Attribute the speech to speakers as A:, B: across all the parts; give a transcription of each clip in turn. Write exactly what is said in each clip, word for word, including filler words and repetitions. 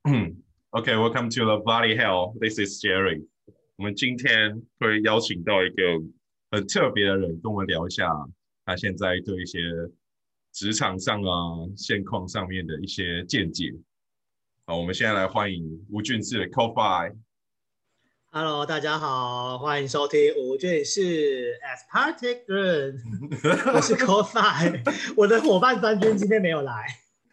A: OK, welcome to the Body Hell. This is Jerry. 我们今天会邀请到一个很特别的人，跟我们聊一下他现在对一些职场上啊、现况上面的一些见解。好，我们现在来欢迎吴俊士的 Ko-Fi。
B: Hello， 大家好，欢迎收听吴俊士 Aspartic Run， 我是 Ko-Fi， 我的伙伴专军今天没有来。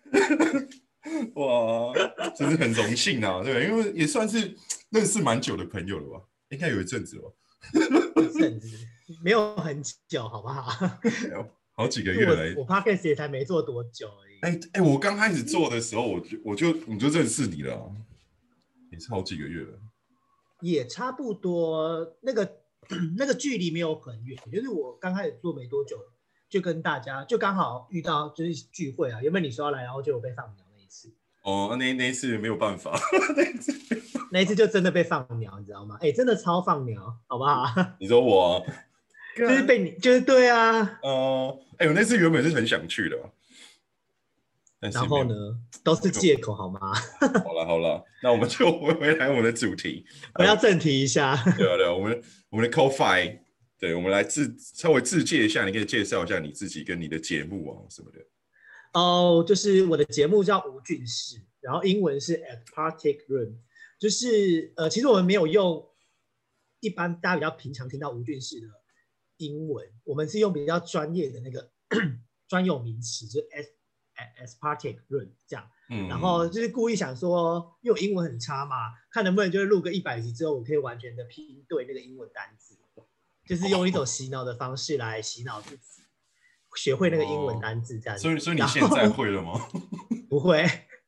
A: 哇，真是很荣幸啊！对，因为也算是认识蛮久的朋友了吧？应该有一阵子了吧？
B: 一阵子，没有很久，好不好？
A: 好几个月了。
B: 我, 我 Podcast 也才没做多久而已。
A: 哎、欸欸、我刚开始做的时候，我就我就我就认识你了、啊，也是好几个月了。
B: 也差不多，那个那个距离没有很远，就是我刚开始做没多久，就跟大家就刚好遇到就是聚会啊，原本你说要来，然后就有被放鸟那一次。
A: 哦，那那一次没有办法，
B: 那一次那一次就真的被放鸟，你知道吗？哎、欸，真的超放鸟，好不好？
A: 你说我、啊，
B: 就是被你，就是对啊。
A: 哦、呃，哎、欸，我那次原本是很想去的、啊。
B: 然后呢，都是借口好吗？
A: 好了好了，那我们就回来我们的主题，
B: 我要正题一下。
A: 对啊对啊，我们我们的 Ko-Fi， 对，我们来自稍微自介一下，你可以介绍一下你自己跟你的节目啊什么的。
B: 哦， oh, 就是我的节目叫吴俊士，然后英文是 Aspartic Run， 就是呃，其实我们没有用一般大家比较平常听到吴俊士的英文，我们是用比较专业的那个专有名词，就是 S Aspartic Run 这样，嗯、然后就是故意想说，因为我英文很差嘛，看能不能就是录个一百集之后，我可以完全的拼对那个英文单字，就是用一种洗脑的方式来洗脑自己，学会那个英文单字这样子。
A: 所以，所以你现在会了吗？
B: 不会，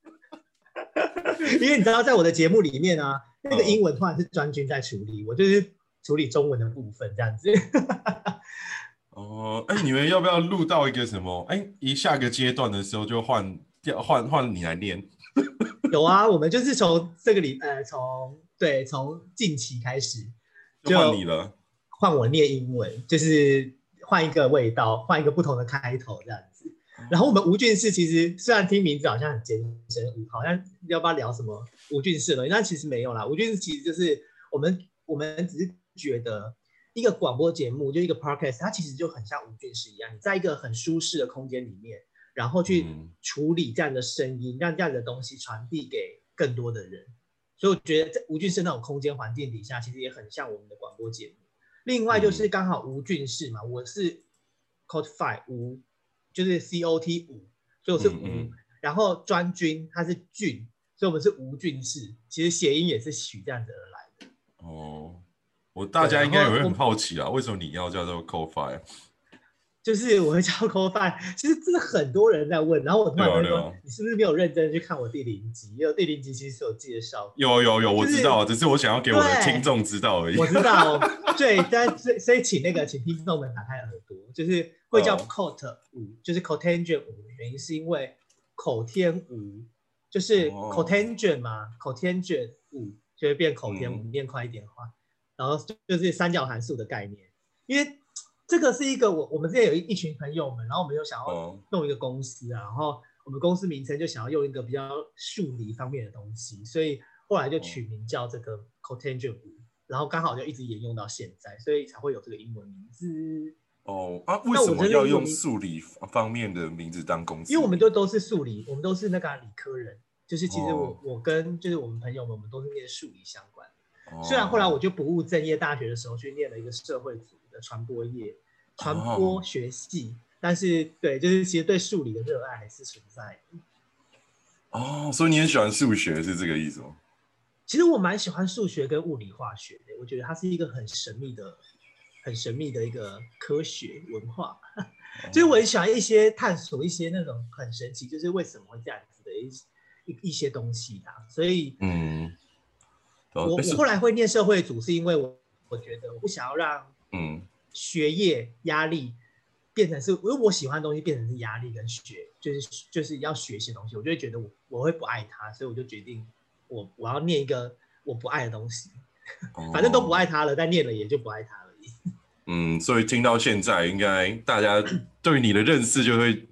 B: 因为你知道，在我的节目里面啊，那个英文突然是专军在处理，我就是处理中文的部分这样子。
A: 哦，哎，你们要不要录到一个什么？哎，一下个阶段的时候就换换换你来念。
B: 有啊，我们就是从这个里呃，从对从近期开始
A: 就换你了，
B: 换我念英文，就是换一个味道，换一个不同的开头这样子。然后我们吴俊士其实虽然听名字好像很艰深，好像要不要聊什么吴俊士了，但其实没有啦。吴俊士其实就是我们我们只是觉得。一个广播节目就一个 podcast， 它其实就很像吴俊士一样，你在一个很舒适的空间里面，然后去处理这样的声音，让这样的东西传递给更多的人。所以我觉得在吴俊士那种空间环境底下，其实也很像我们的广播节目。另外就是刚好吴俊士嘛，我是 Ko-Fi 吴，就是 C O T 五，所以我是吴。嗯嗯然后专军他是俊，所以我们是吴俊士，其实谐音也是取这样子而来的。
A: 哦。我大家应该也会很好奇啊，为什么你要叫做 Ko-Fi？
B: 就是我会叫 Ko-Fi， 其实真的很多人在问，然后我突然会说，啊啊、你是不是没有认真去看我第零集？因为第零集其实有介绍。
A: 有有有，我知道，就是、只是我想要给我的听众知道而已。
B: 我知道，对，但所以请那个请听众们打开耳朵，就是会叫 Kot 五，就是 Cotangent 五，原因是因为口天吴，就是 Cotangent 嘛， Cotangent 五就会变口天吴，念快一点的话。然后就是三角函数的概念，因为这个是一个我我们之前有 一, 一群朋友们，然后我们就想要弄一个公司啊，然后我们公司名称就想要用一个比较数理方面的东西，所以后来就取名叫这个 Cotangent 五，然后刚好就一直沿用到现在，所以才会有这个英文名字。
A: 哦啊，为什么要用数理方面的名字当公司？
B: 因为我们就都是数理，我们都是那个理科人，就是其实我、哦、我跟就是我们朋友们，我们都是念数理相关的。虽然后来我就不务正业，大学的时候去念了一个社会组的传播业、传播学系， oh. 但是对，就是其实对数理的热爱还是存在的。
A: 哦，所以你很喜欢数学是这个意思吗？
B: 其实我蛮喜欢数学跟物理化学的，我觉得它是一个很神秘的、很神秘的一个科学文化。Oh. 就是我很喜欢一些探索一些那种很神奇，就是为什么会这样子的一一一些东西啊，所以嗯。我, 我后来会念社会组，是因为我我觉得我不想要让嗯学业压力变成是，因为我喜欢的东西变成是压力跟学，就是就是要学习的东西，我就会觉得我我会不爱它，所以我就决定我我要念一个我不爱的东西，哦、反正都不爱它了，但念了也就不爱它而已。
A: 嗯，所以听到现在，应该大家对你的认识就会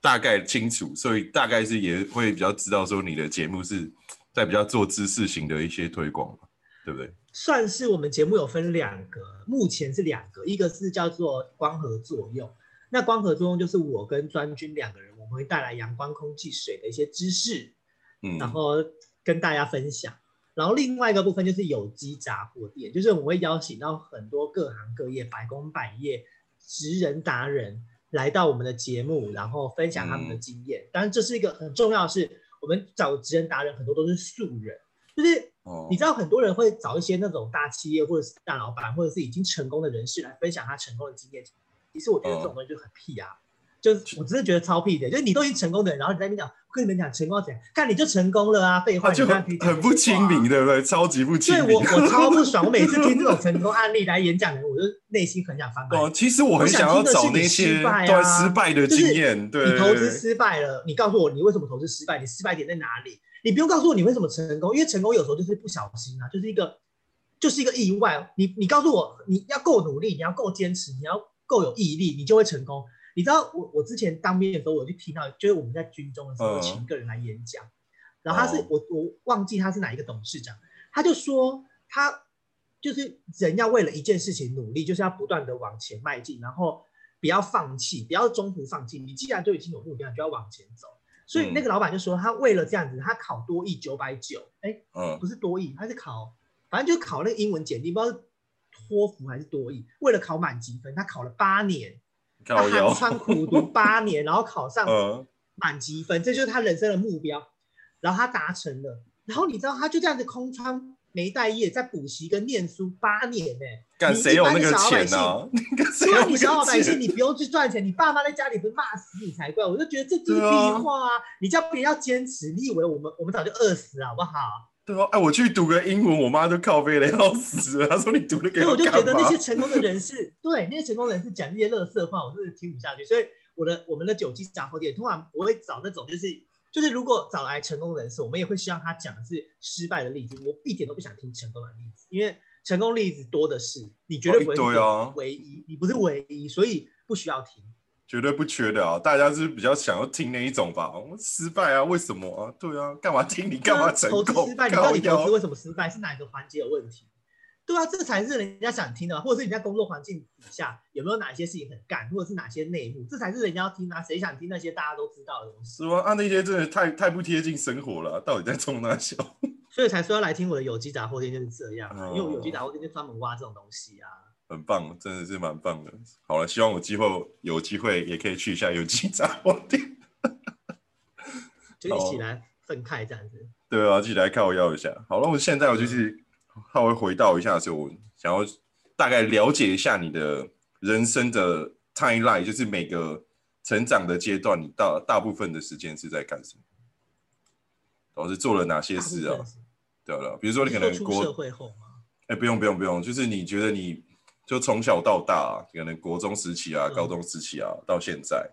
A: 大概清楚，所以大概是也会比较知道说你的节目是在比较做知识型的一些推广，对不对？
B: 算是我们节目有分两个，目前是两个，一个是叫做光合作用。那光合作用就是我跟专军两个人，我们会带来阳光、空气、水的一些知识，嗯，然后跟大家分享。然后另外一个部分就是有机杂货店，就是我们会邀请到很多各行各业、百工百业职人达人来到我们的节目，然后分享他们的经验。嗯、当然，这是一个很重要的是，我们找职人达人很多都是素人，就是你知道很多人会找一些那种大企业或者是大老板，或者是已经成功的人士来分享他成功的经验。其实我觉得这种东西就很屁啊。就是我真的觉得超屁的，就是你都已经成功的人，然后你在那边讲，我跟你们讲成功怎样，看你就成功了啊，废话，
A: 就很很不亲民，对不对？超级不亲民。
B: 对我我超不爽，我每次听这种成功案例来演讲的人，我就内心很想翻白眼。
A: 哦，其实我很想要找那些
B: 失败
A: 啊，失败的经验。
B: 对，你投资失败了，你告诉我你为什么投资失败，你失败点在哪里？你不用告诉我你为什么成功，因为成功有时候就是不小心啊，就是一个就是一个意外。你你告诉我你要够努力，你要够坚持，你要够有毅力，你就会成功。你知道我我之前当兵的时候，我就听到，就是我们在军中的时候，请一个人来演讲，嗯、然后他是、哦、我我忘记他是哪一个董事长，他就说他就是人要为了一件事情努力，就是要不断的往前迈进，然后不要放弃，不要中途放弃。你既然都已经有目标，你就要往前走。所以那个老板就说，他为了这样子，他考多益九百九，哎，不是多益，他是考，反正就是考那个英文检定，不知道是托福还是多益，为了考满级分，他考了八年。他寒窗苦读八年，然后考上满级分，这就是他人生的目标。然后他达成了，然后你知道，他就这样子空窗没待业，在补习跟念书八年呢、欸。
A: 干谁有那个钱啊？
B: 对啊，你小老百姓，你不用去赚钱，你爸妈在家里不是骂死你才怪。我就觉得这就是屁话啊！你叫别人要坚持，你以为我们我们早就饿死了好不好？
A: 对啊，哎，我去读个英文，我妈都靠背的要死了。她说你读的给我干嘛？
B: 所以我就觉得那些成功的人士，对那些成功的人士讲这些垃圾话，我真的听不下去。所以我的我们的九鸡杂货店通常不会找那种，就是就是如果找来成功人士，我们也会希望他讲的是失败的例子。我一点都不想听成功的例子，因为成功例子多的是，你绝对不会是唯一，你不是唯一，所以不需要听。
A: 绝对不缺的啊！大家是比较想要听那一种吧？失败啊，为什么啊？对啊，干嘛听你干嘛成功？
B: 投资失败，你到底投资为什么失败？是哪一个环节有问题？对啊，这才是人家想听的，或者是你在工作环境底下有没有哪些事情很干，或者是哪些内幕，这才是人家要听啊！谁想听那些大家都知道的东西？
A: 是吗？啊，那些真的太太不贴近生活了、啊，到底在冲哪小？
B: 所以才说要来听我的有机杂货店就是这样、啊，哦、因为我有机杂货店就专门挖这种东西啊。
A: 很棒，真的是蛮棒的。好了，希望有机会有机会也可以去一下有机杂货店，
B: 就一起来愤慨这样子。
A: 对啊，一起来靠腰一下。好了，我现在我就是稍微回到一下的时候，我想要大概了解一下你的人生的 timeline， 就是每个成长的阶段，你大大部分的时间是在干什么？然后是做了哪些事啊？对了，比如说你可能
B: 国出社会后吗？
A: 哎、欸，不用不用不用，就是你觉得你。就从小到大，可能国中时期啊、高中时期啊，到现在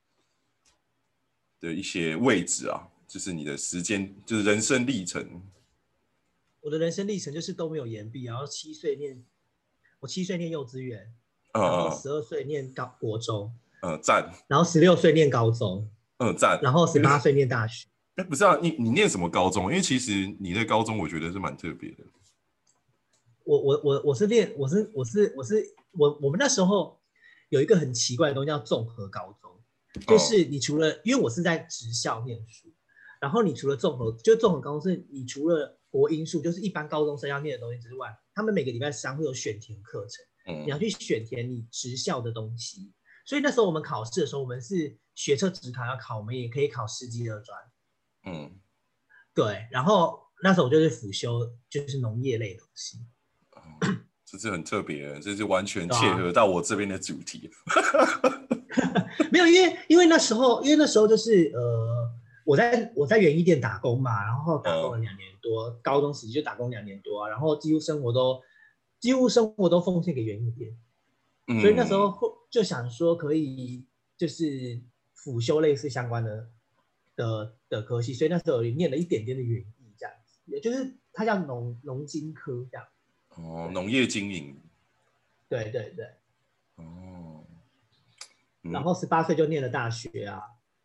A: 的一些位置啊，就是你的时间，就是人生历程。
B: 我的人生历程就是都没有延毕，然后七岁念，我七岁念幼稚园，
A: 嗯、
B: 然后十二岁念高国中，
A: 嗯，赞。
B: 然后十六岁念高中，
A: 嗯，赞。
B: 然后十八岁念大学。
A: 哎，不是啊，你你念什么高中？因为其实你的高中我觉得是蛮特别的。
B: 我我我我是练我是我是我是我我们那时候有一个很奇怪的东西叫综合高中，就是你除了、哦、因为我是在职校念书，然后你除了综合就综合高中是你除了国英数就是一般高中生要念的东西之外，他们每个礼拜三会有选填课程，嗯、你要去选填你职校的东西，所以那时候我们考试的时候，我们是学测职考要考，我们也可以考师基二专，嗯，对，然后那时候我就是辅修就是农业类的东西。
A: 这是很特别的，这是完全切合到我这边的主题。
B: 没有，因为因为那时候，因为那时候就是呃，我在我在园艺店打工嘛，然后打工了两年多，嗯、高中时期就打工两年多啊，然后几乎生活都几乎生活都奉献给园艺店，嗯、所以那时候就想说可以就是辅修类似相关的的的科系，所以那时候也念了一点点的园艺这样子，也就是它叫农农经科这样。
A: 哦，农业经营，
B: 对对对，
A: 哦，
B: 嗯、然后十八岁就念了大学啊，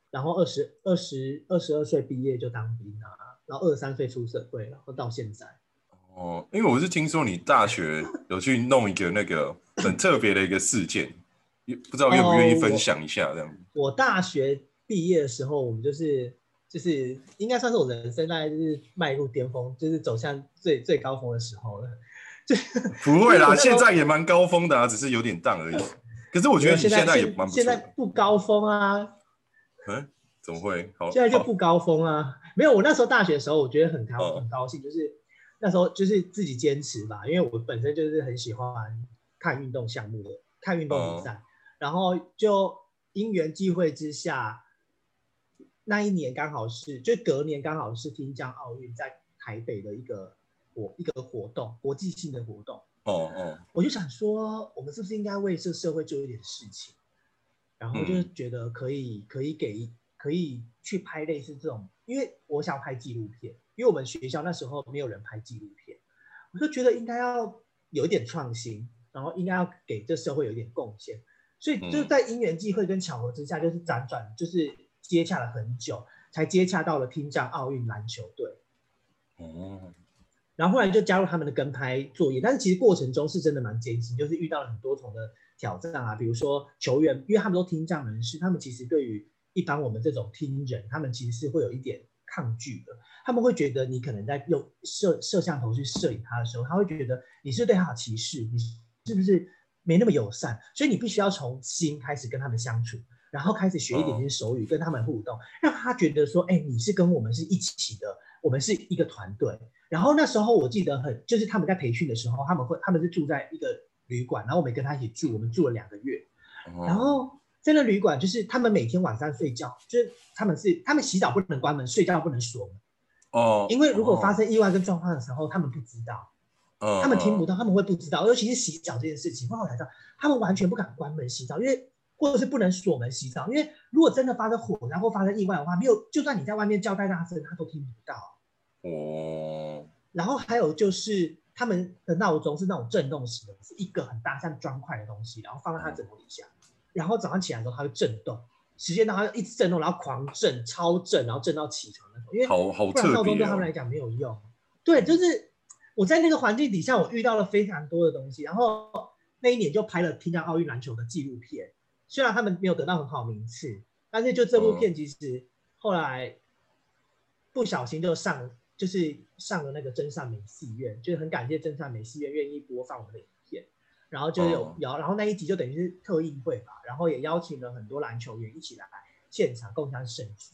B: 然后二十二十二十二岁毕业就当兵啊，然后二十三岁出社会，然后到现在。
C: 哦，因为我是听说你大学有去弄一个那个很特别的一个事件，不知道愿不愿意分享一下这样。
B: 我, 我大学毕业的时候，我们就是就是应该算是我人生大概就是迈入巅峰，就是走向最最高峰的时候了。就
C: 不会啦，现在也蛮高峰的啊，只是有点淡而已。可是我觉得你现在也蛮不错的。
B: 现在不高峰啊。
C: 嗯，怎么会？好，
B: 现在就不高峰啊。没有，我那时候大学的时候，我觉得很高、嗯、很高兴，就是那时候就是自己坚持吧，因为我本身就是很喜欢看运动项目的，看运动比赛，嗯、然后就因缘际会之下，那一年刚好是，就隔年刚好是听江奥运在台北的一个活一个活动，国际性的活动。
C: 哦哦，
B: 我就想说，我们是不是应该为这社会做一点事情？然后就是觉得可以、嗯、可以给可以去拍类似这种，因为我想拍纪录片，因为我们学校那时候没有人拍纪录片，我就觉得应该要有一点创新，然后应该要给这社会有一点贡献，所以就是在因缘际会跟巧合之下，就是辗转就是接洽了很久，才接洽到了听障奥运篮球队。哦。然后后来就加入他们的跟拍作业，但是其实过程中是真的蛮艰辛，就是遇到了很多重的挑战啊，比如说球员，因为他们都听障人士，他们其实对于一般我们这种听人，他们其实是会有一点抗拒的，他们会觉得你可能在用摄摄像头去摄影他的时候，他会觉得你是对他有歧视，你是不是没那么友善，所以你必须要从心开始跟他们相处，然后开始学一点点手语，跟他们互动，让他觉得说，哎，你是跟我们是一起的，我们是一个团队。然后那时候我记得很，就是他们在培训的时候，他们会他们是住在一个旅馆，然后我们跟他一起住，我们住了两个月。哦、然后在那旅馆，就是他们每天晚上睡觉，就是他们是他们洗澡不能关门，睡觉不能锁门。哦。因为如果发生意外跟状况的时候，他们不知道，哦、他们听不到，他们会不知道，尤其是洗澡这件事情，后来才知道，他们完全不敢关门洗澡，因为或者是不能锁门洗澡，因为如果真的发生火灾或发生意外的话，没有，就算你在外面叫再大声，他都听不到。哦，然后还有就是他们的闹钟是那种震动式的，是一个很大像砖块的东西，然后放在他枕头底下，然后早上起来的时候它会震动，时间到它一直震动，然后狂震、超震，然后震到起床那种，因为不然闹钟对他们来讲没有用。对，就是我在那个环境底下，我遇到了非常多的东西，然后那一年就拍了听障奥运篮球的纪录片，虽然他们没有得到很好名次，但是就这部片其实后来不小心就上。就是上了那个真善美戏院，就是很感谢真善美戏院愿意播放我们的影片，然后就有、oh. 然后那一集就等于是特映会吧，然后也邀请了很多篮球员一起来现场共襄盛举，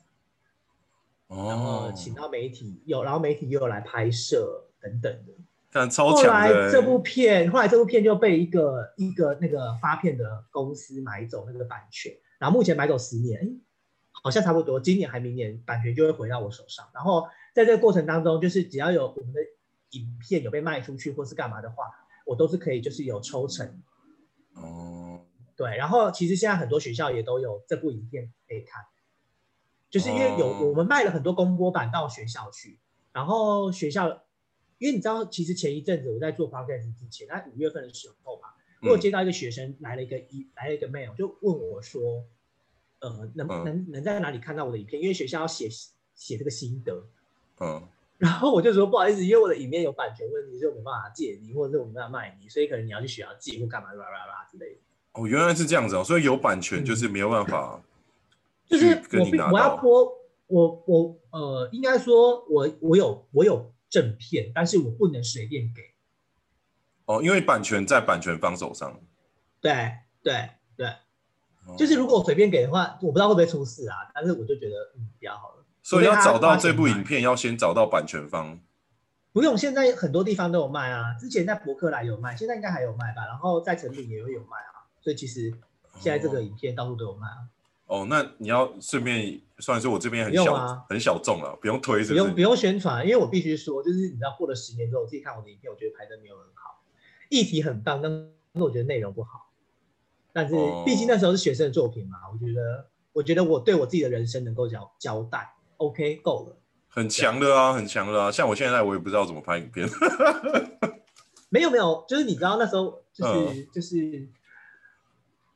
B: oh. 然后请到媒体有，然后媒体又有来拍摄等等的，
C: 但超强的。后
B: 来这部片，后来这部片就被一个一个那个发片的公司买走那个版权，然后目前买走十年，好像差不多，今年还明年版权就会回到我手上，然后。在这个过程当中，就是只要有我们的影片有被卖出去或是干嘛的话，我都是可以就是有抽成。哦，对，然后其实现在很多学校也都有这部影片可以看，就是因为有、哦、我们卖了很多公播版到学校去，然后学校，因为你知道，其实前一阵子我在做 podcast 之前，在五月份的时候吧，我有接到一个学生来了一个一来了一个 mail， 就问我说，呃，能能能在哪里看到我的影片？因为学校要写写这个心得。嗯，然后我就说不好意思，因为我的影片有版权问题，所以我没办法借你，或者是我没办法卖你，所以可能你要去学校借或干嘛啦啦啦之类的。
C: 哦，原来是这样子哦，所以有版权就是没有办法、
B: 嗯，就是我我要播，我我呃，应该说我我有我有正片，但是我不能随便给。
C: 哦，因为版权在版权方手上。
B: 对对对，哦、就是如果我随便给的话，我不知道会不会出事啊，但是我就觉得嗯比较好了。
C: 所以要找到这部影片，要先找到版权方。
B: 不用，现在很多地方都有卖啊。之前在博客来有卖，现在应该还有卖吧。然后在成品也有有卖啊。所以其实现在这个影片到处都有卖啊。
C: 哦，那你要顺便，虽然说我这边很小、啊、很小众了，不用推是不是，
B: 不用不用宣传，因为我必须说，就是你知道，过了十年之后，我自己看我的影片，我觉得拍的没有很好，议题很棒，但是我觉得内容不好。但是毕竟那时候是学生的作品嘛，我觉得我觉得我对我自己的人生能够交交代。OK， 够了，
C: 很强的啊，很强的啊！像我现在我也不知道怎么拍影片。
B: 没有没有，就是你知道那时候就是、嗯、就是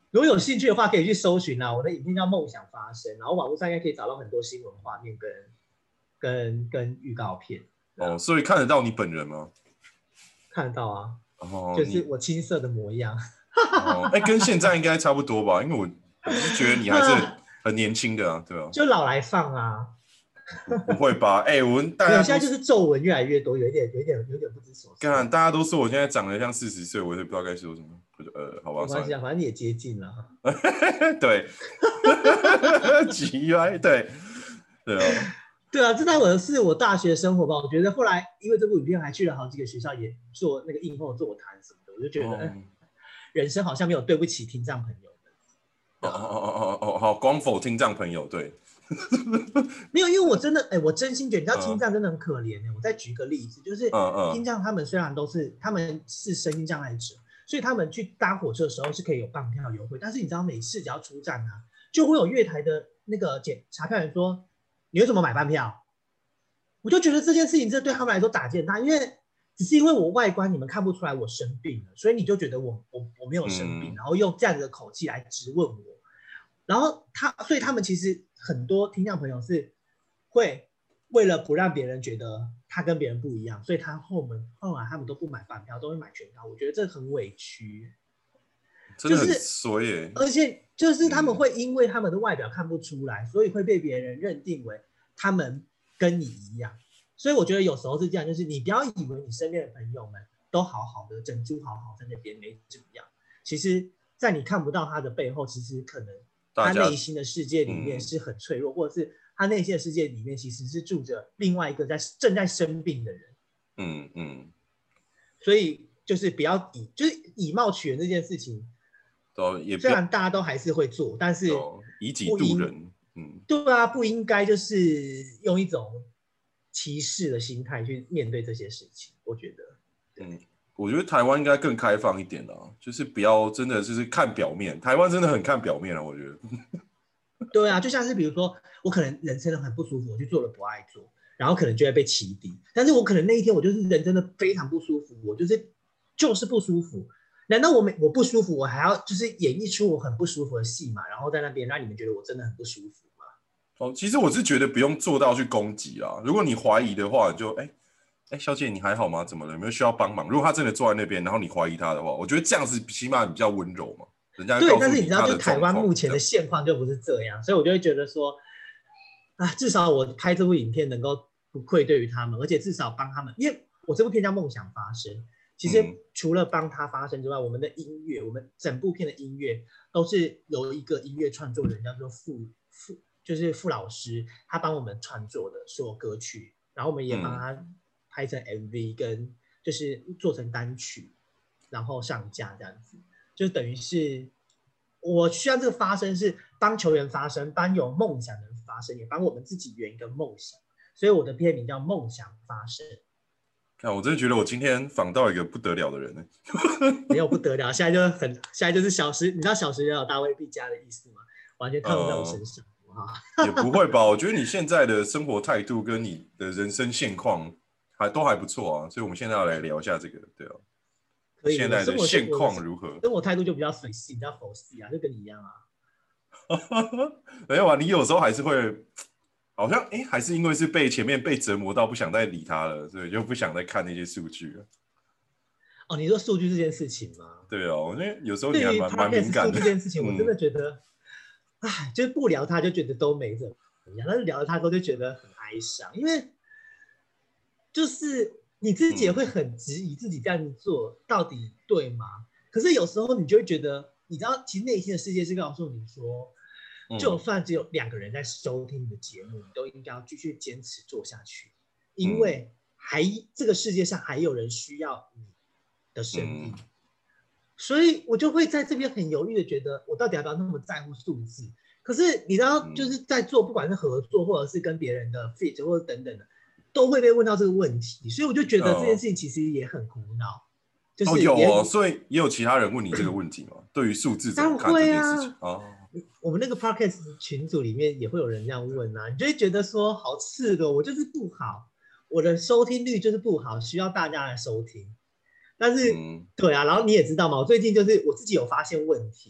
B: 如果有兴趣的话，可以去搜寻啊，我的影片叫《梦想发生》，然后网络上应该可以找到很多新闻画面跟跟跟预告片。
C: 哦，所以看得到你本人吗？
B: 看得到啊，
C: 哦，
B: 就是我青涩的模样。
C: 哦，哎、欸，跟现在应该差不多吧？因为我我是觉得你还是很年轻的啊，对吧、啊？
B: 就老来放啊。
C: 不会吧？哎、欸，我们大家
B: 现在就是皱纹越来越多，有一点有一点有一点不知所措。
C: 看，大家都说我现在长得像四十岁，我也不知道该说什么。我就呃，好吧，
B: 没关系啊，反正你也接近了。
C: 对，奇怪，对，对啊，
B: 对啊，这在我的是我大学生活吧。我觉得后来因为这部影片还去了好几个学校，也做那个映后座谈什么的，我就觉得、哦呃、人生好像没有对不起听障朋友们。
C: 哦哦哦哦哦，好，光否听障朋友，对。
B: 没有，因为我真的，哎，我真心觉得，你知道听障真的很可怜、欸、我再举个例子，就是听障他们虽然都是他们是身心障碍者，所以他们去搭火车的时候是可以有半票优惠，但是你知道每次只要出站啊，就会有月台的那个检查票员说，你为什么买半票？我就觉得这件事情这对他们来说打击很大，因为只是因为我外观你们看不出来我生病了，所以你就觉得我我我没有生病、嗯，然后用这样子的口气来质问我。然后他，所以他们其实很多听障朋友是会为了不让别人觉得他跟别人不一样，所以他后门后来他们都不买半票，都会买全票。我觉得这很委屈，
C: 真的很衰耶。
B: 而且就是他们会因为他们的外表看不出来，嗯、所以会被别人认定为他们跟你一样。所以我觉得有时候是这样，就是你不要以为你身边的朋友们都好好的，珍珠好好在那边没怎么样，其实在你看不到他的背后，其实可能。他内心的世界里面是很脆弱，嗯、或者是他内心的世界里面其实是住着另外一个在正在生病的人。
C: 嗯嗯。所
B: 以就是不要以就是以貌取人这件事情，也虽然大家都还是会做，但是
C: 以己度人。嗯，
B: 对啊，不应该就是用一种歧视的心态去面对这些事情。我觉得，
C: 嗯。我觉得台湾应该更开放一点啦，就是不要真的就是看表面。台湾真的很看表面啊，我觉得。
B: 对啊，就像是比如说，我可能人真的很不舒服，我去做了不爱做，然后可能就会被起底。但是我可能那一天我就是人真的非常不舒服，我就是就是不舒服。难道我没我不舒服，我还要就是演绎出我很不舒服的戏嘛？然后在那边让你们觉得我真的很不舒服吗？
C: 哦，其实我是觉得不用做到去攻击啊。如果你怀疑的话，你就哎。哎，小姐，你还好吗？怎么了？有没有需要帮忙？如果他真的坐在那边，然后你怀疑他的话，我觉得这样子起码比较温柔嘛。人家
B: 对，但是你知道，就台湾目前的现况就不是这样，所以我就会觉得说，啊，至少我拍这部影片能够不愧对于他们，而且至少帮他们，因为我这部片叫《梦想发生》，其实除了帮他发生之外，我们的音乐，我们整部片的音乐都是由一个音乐创作人叫做傅傅，就是傅老师，他帮我们创作的所有歌曲，然后我们也帮他。嗯拍成 M V 跟就是做成单曲，然后上架这样子，就等于是我需要这个发声是帮球员发声，帮有梦想的人发声，也帮我们自己圆一个梦想，所以我的片名叫《梦想发声》。
C: 看，我真的觉得我今天访到一个不得了的人呢。
B: 没有不得了，现在就很，现在就是小时，你知道小时人有大未必佳的意思吗？完全套用在我身上。
C: 呃、也不会吧？我觉得你现在的生活态度跟你的人生现况。还都还不错啊，所以我们现在要来聊一下这个，对啊，
B: 可以
C: 现在的现况如何？
B: 生活态度就比较随性，比较佛系啊，就跟你一样啊。
C: 没有啊，你有时候还是会，好像哎，还是因为是被前面被折磨到不想再理他了，所以就不想再看那些数据了。
B: 哦，你说数据这件事情吗？
C: 对啊，我觉得有时候你还蛮蛮敏感的。
B: 数据这件事情，我真的觉得，哎、嗯，就是不聊他就觉得都没怎么样，但是聊了他之后就觉得很哀伤，因为。就是你自己也会很质疑自己这样子做到底对吗？可是有时候你就会觉得，你知道，其实内心的世界是告诉你说，就算只有两个人在收听你的节目，你都应该要继续坚持做下去，因为还这个世界上还有人需要你的声音。所以我就会在这边很犹豫的觉得，我到底要不要那么在乎数字？可是你知道，就是在做不管是合作或者是跟别人的 fit 或者等等的。都会被问到这个问题，所以我就觉得这件事情其实也很苦恼。就是、
C: 哦，有哦，所以也有其他人问你这个问题吗？对于数字怎么看这件事情？哦，
B: 我们那个 podcast 群组里面也会有人这样问啊，你就会觉得说好刺的，我就是不好，我的收听率就是不好，需要大家来收听。但是、嗯、对啊，然后你也知道嘛，我最近就是我自己有发现问题，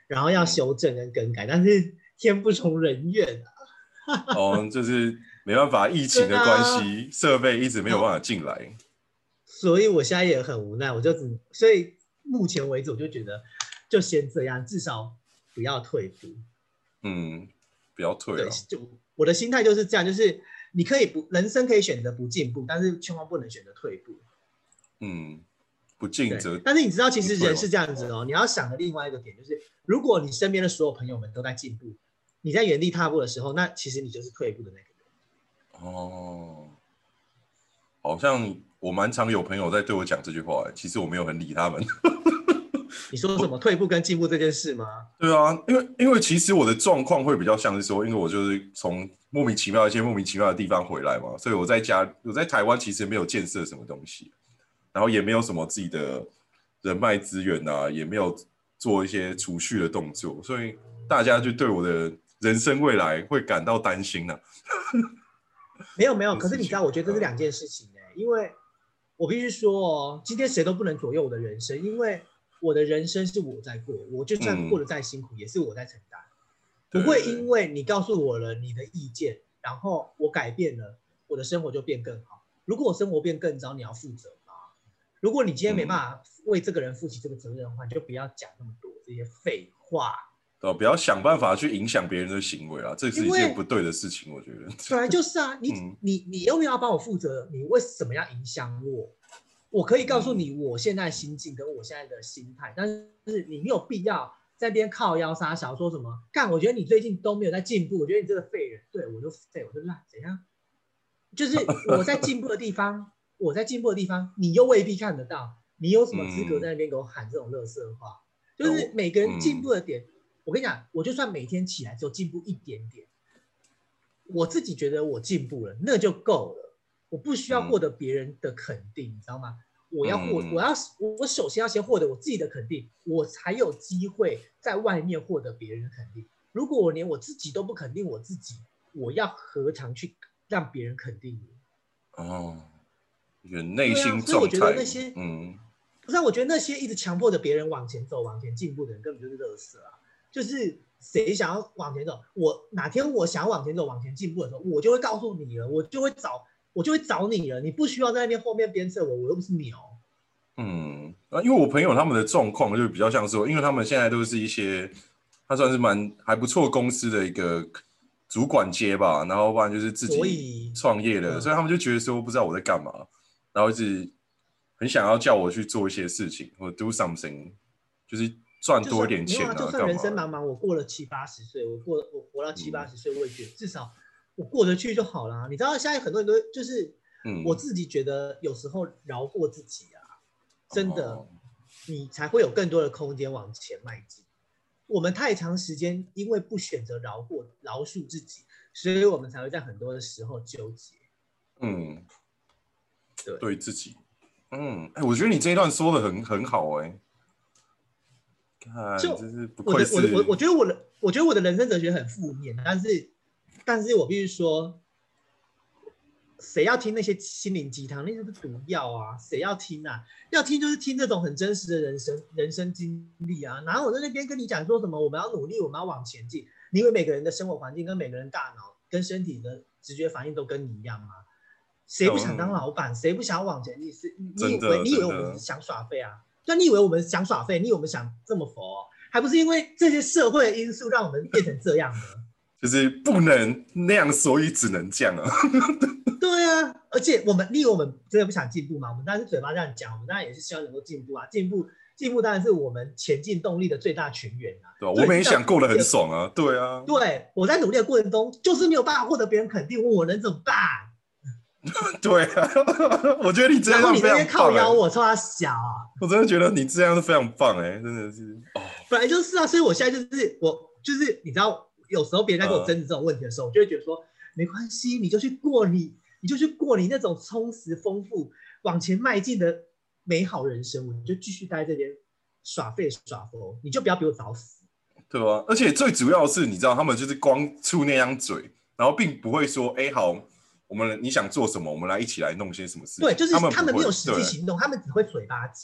B: 然后要修正跟更改，但是天不从人愿
C: 啊。哦，就是没办法，疫情的关系，设、啊、备一直没有办法进来。
B: 所以我现在也很无奈，我就只所以目前为止，我就觉得就先这样，至少不要退步。
C: 嗯，不要退了。
B: 对，就我的心态就是这样，就是你可以不，人生可以选择不进步，但是千万不能选择退步。
C: 嗯，不进则。
B: 但是你知道，其实人是这样子哦，你要想的另外一个点就是，如果你身边的所有朋友们都在进步，你在原地踏步的时候，那其实你就是退步的那个人。
C: 哦，好像我蛮常有朋友在对我讲这句话，其实我没有很理他们。
B: 你说什么退步跟进步这件事吗？
C: 对啊，因为因为其实我的状况会比较像是说，因为我就是从莫名其妙一些莫名其妙的地方回来嘛，所以我在家我在台湾其实没有建设什么东西，然后也没有什么自己的人脉资源啊，也没有做一些储蓄的动作，所以大家就对我的人生未来会感到担心啊。
B: 没有没有，可是你知道，我觉得这是两件事情哎、欸，因为我必须说哦，今天谁都不能左右我的人生，因为我的人生是我在过，我就算过得再辛苦，嗯、也是我在承担，不会因为你告诉我了你的意见，然后我改变了，我的生活就变更好。如果我生活变更糟，你要负责吗？如果你今天没办法为这个人负起这个责任的话，你就不要讲那么多这些废话。
C: 对，不要想办法去影响别人的行为啊，这是一件不对的事情，我觉得。
B: 本来就是啊，你、嗯、你你又没有要帮我负责，你为什么要影响我？我可以告诉你我现在的心境跟我现在的心态，但是你没有必要在那边靠腰撒小说什么干。我觉得你最近都没有在进步，我觉得你这个废人，对我就废，我就烂，怎样？就是我在进步的地方，我在进步的地方，你又未必看得到，你有什么资格在那边给我喊这种垃圾话？嗯、就是每个人进步的点。嗯我跟你讲，我就算每天起来只有进步一点点，我自己觉得我进步了，那就够了。我不需要获得别人的肯定，嗯、你知道吗？我要获，我要，我首先要先获得我自己的肯定，我才有机会在外面获得别人的肯定。如果我连我自己都不肯定我自己，我要何尝去让别人肯定我？
C: 哦，有内心状态。
B: 所以我觉得那些，
C: 嗯，
B: 不是，我觉得那些一直强迫着别人往前走、往前进步的人，根本就是垃圾啊！就是谁想要往前走，我哪天我想要往前走、往前进步的时候，我就会告诉你了，我就会找，我就会找你了。你不需要在那边后面鞭策我，我又不是牛。
C: 嗯，啊，因为我朋友他们的状况就比较像说，因为他们现在都是一些，他算是蛮还不错公司的一个主管阶吧，然后不然就是自己创业的，所以, 所以他们就觉得说不知道我在干嘛，然后一直很想要叫我去做一些事情或 do something， 就是。赚多一点钱啊！
B: 就算人生茫茫，我过了七八十岁，我过我活到七八十岁，我也觉得至少我过得去就好啦。你知道，现在很多人都就是，嗯、我自己觉得有时候饶过自己啊，真的，哦、你才会有更多的空间往前迈进。我们太长时间因为不选择饶过饶恕自己，所以我们才会在很多的时候纠结。
C: 嗯，对，对自己，嗯，哎，我觉得你这一段说的很很好、欸，哎。
B: 就
C: 不
B: 我的我的我我觉得我的我觉得我的人生哲学很负面，但是但是我必须说，谁要听那些心灵鸡汤？那就是毒药啊！谁要听啊？要听就是听这种很真实的人生人生经历啊！然后我在那边跟你讲说什么我们要努力，我们要往前进。你以为每个人的生活环境跟每个人大脑跟身体的直觉反应都跟你一样吗？谁不想当老板？谁不想要往前进？你以为你以为我们想耍废啊？那你以为我们想耍废？你以为我们想这么佛、哦？还不是因为这些社会的因素让我们变成这样的？
C: 就是不能那样，所以只能这样啊。
B: 对啊，而且我们，你以为我们真的不想进步吗？我们当然是嘴巴这样讲，我们当然也是希望能够进步啊。进步，进步当然是我们前进动力的最大泉源啊。
C: 对，我们也想过得很爽啊。对啊。
B: 对，我在努力的过程中，就是没有办法获得别人肯定，我能怎么办？
C: 对啊，我觉得你这样非常棒、欸。然后你
B: 那边靠腰我，冲他小啊！
C: 我真的觉得你这样是非常棒哎、欸，真的是。哦，
B: 本来就是啊，所以我现在就是我就是你知道，有时候别人在跟我争执这种问题的时候，呃、我就会觉得说没关系，你就去过你，你就去过你那种充实、丰富、往前迈进的美好人生，我就继续待在这边耍废耍疯，你就不要比我早死。
C: 对啊，而且最主要的是，你知道他们就是光出那张嘴，然后并不会说，哎、欸，好。我们你想做什么？我们来一起来弄些什么事情。
B: 对，就是他们没有实际行动，他们只会嘴巴讲。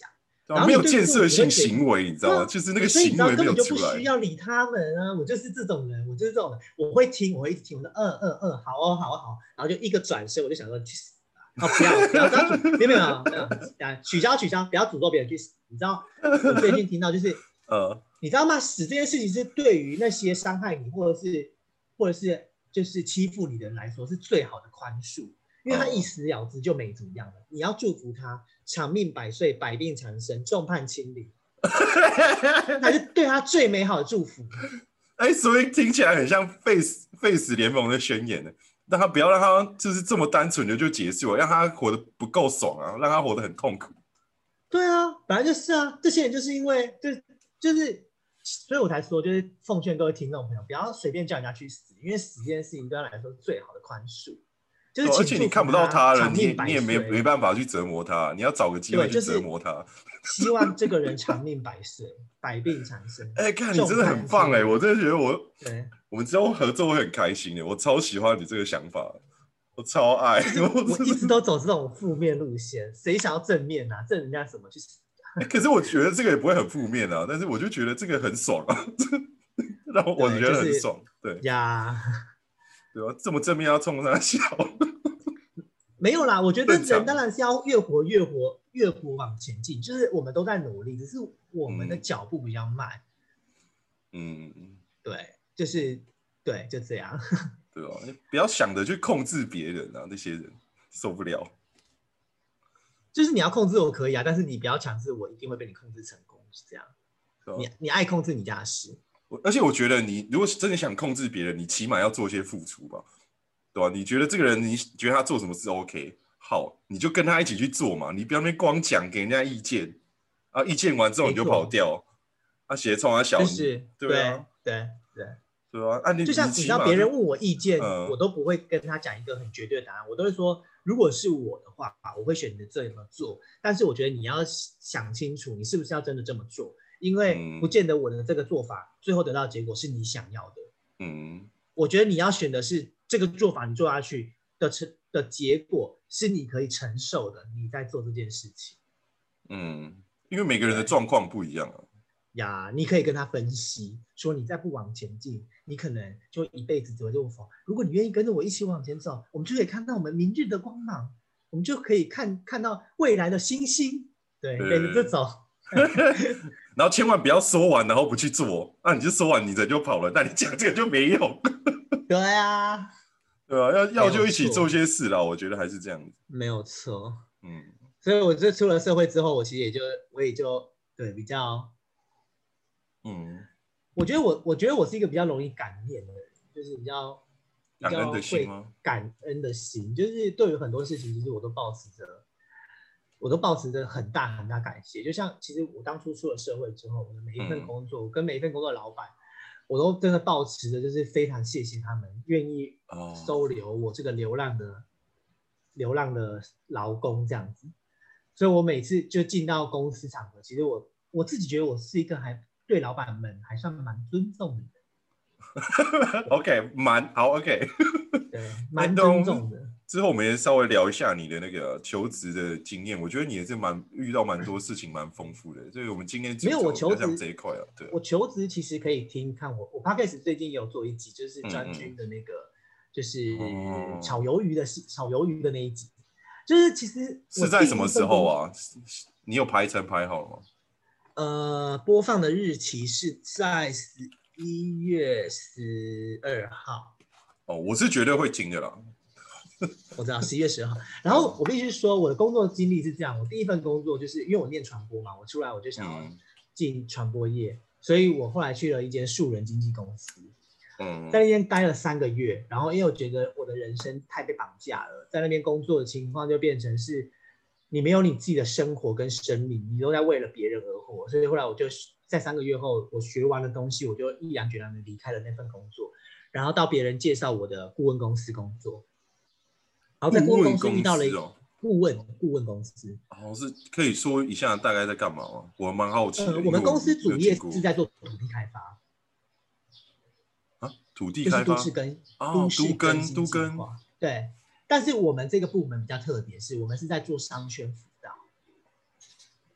B: 然后
C: 没有建设性
B: 你对父母会给
C: 行为，你知道吗？就是那个
B: 所以你
C: 行为没
B: 知道根本就
C: 有出来。
B: 不需要理他们啊！我就是这种人，我就是这种人，我会听，我会一直听，我说嗯嗯嗯，好哦好哦好，然后就一个转身，我就想说去死吧！哦不要不要不要诅，没有没有没有，啊取消取消，不要诅咒别人去死。你知道我最近听到就是，
C: 呃，
B: 你知道吗？死这件事情是对于那些伤害你或者是或者是就是欺负你的人来说是最好的宽恕。因为他一死了之就没怎么样了，你要祝福他长命百岁、百病缠身、众叛亲离，那是对他最美好的祝福。
C: 哎、欸，所以听起来很像 Face Face 联盟的宣言呢。让他不要让他就是这么单纯的就结束了，让他活得不够爽啊，让他活得很痛苦。
B: 对啊，本来就是啊，这些人就是因为就就是，所以我才说，就是奉劝各位听众朋友，不要随便叫人家去死，因为死这件事情对他来说是最好的宽恕。就是
C: 而且你看不到他了，你也你也没没办法去折磨他，你要找个机会去折磨他。
B: 就是、希望这个人长命百岁，百病缠身。
C: 哎、欸，看你真的很棒哎、欸，我真的觉得我，
B: 对，
C: 我们之后合作会很开心的，我超喜欢你这个想法，我超爱。
B: 我一直都走这种负面路线，谁想要正面啊？正人家什么去死啊、
C: 欸？可是我觉得这个也不会很负面啊，但是我就觉得这个很爽啊，让我觉得很爽。对
B: 呀。
C: 对啊，这么正面要冲他笑，
B: 没有啦。我觉得人当然是要越活越活越活往前进，就是我们都在努力，只是我们的脚步比较慢。嗯，对，就是对，就这样。
C: 对啊，你不要想着去控制别人啊，那些人受不了。
B: 就是你要控制我可以啊，但是你不要强制我一定会被你控制成功，是这样。啊、你你爱控制你家的事。
C: 而且我觉得你如果真的想控制别人，你起码要做一些付出吧，对吧？你觉得这个人，你觉得他做什么事 OK， 好，你就跟他一起去做嘛，你不要那边光讲给人家意见啊，意见完之后你就跑掉，啊，斜冲他小你，
B: 就是
C: 对啊，
B: 对对
C: 对啊，啊你
B: 就像你知道别人问我意见、嗯，我都不会跟他讲一个很绝对的答案，我都会说，如果是我的话，我会选择这么做，但是我觉得你要想清楚，你是不是要真的这么做。因为不见得我的这个做法最后得到的结果是你想要的。嗯，我觉得你要选的是这个做法，你做下去 的, 的结果是你可以承受的，你在做这件事情。
C: 嗯，因为每个人的状况不一样啊。
B: 呀，你可以跟他分析，说你再不往前进，你可能就一辈子只会这么疯。如果你愿意跟着我一起往前走，我们就可以看到我们明日的光芒，我们就可以 看, 看到未来的星星。对，类似这种。
C: 然后千万不要说完然后不去做，那、啊、你就说完你人就跑了，那你讲这个就没用。
B: 对啊，
C: 对啊，要要就一起做些事啦，我觉得还是这样子。
B: 没有错，
C: 嗯，
B: 所以我这出了社会之后，我其实也就我也就对比较，嗯，我觉得我我觉得我是一个比较容易感念的人，就是比较比较会感恩的心，就是对于很多事情，其实我都抱持着。我都抱持着很大很大感谢，就像其实我当初出了社会之后，我的每一份工作，嗯、我跟每一份工作的老板，我都真的抱持着就是非常谢谢他们愿意收留我这个流浪的、哦、流浪的劳工这样子，所以我每次就进到公司场合，其实我我自己觉得我是一个还对老板们还算蛮尊重的人。
C: OK， 蛮好 ，OK，
B: 对，蛮尊重的。
C: 之后我们也稍微聊一下你的那个求职的经验，我觉得你也是蛮遇到蛮多事情，蛮丰富的。所以我们今天
B: 没有我求职
C: 这一块啊，对，
B: 我求职其实可以听看我我 Podcast 最近也有做一集，就是专军的那个，嗯、就是炒鱿鱼的炒鱿鱼的那一集，就是其实
C: 是在什么时候啊？你有排程排好了吗？
B: 呃，播放的日期是在十一月十二号。
C: 哦，我是绝对会听的啦。
B: 我知道十一月十号，然后我必须说我的工作经历是这样，我第一份工作就是因为我念传播嘛，我出来我就想要进传播业，嗯、所以我后来去了一间素人经纪公司，嗯，在那边待了三个月，然后因为我觉得我的人生太被绑架了，在那边工作的情况就变成是你没有你自己的生活跟生命，你都在为了别人而活，所以后来我就在三个月后我学完了东西，我就毅然决然的离开了那份工作，然后到别人介绍我的顾问公司工作。然后在顾问公司遇到了一个顾问顾问公司，
C: 哦，是可以说一下大概在干嘛吗？我蛮好奇的。
B: 呃、我们公司主业是在做土地开发
C: 啊，土地开发，
B: 就是都市更都市更新计划，对。但是我们这个部门比较特别，是我们是在做商圈辅导。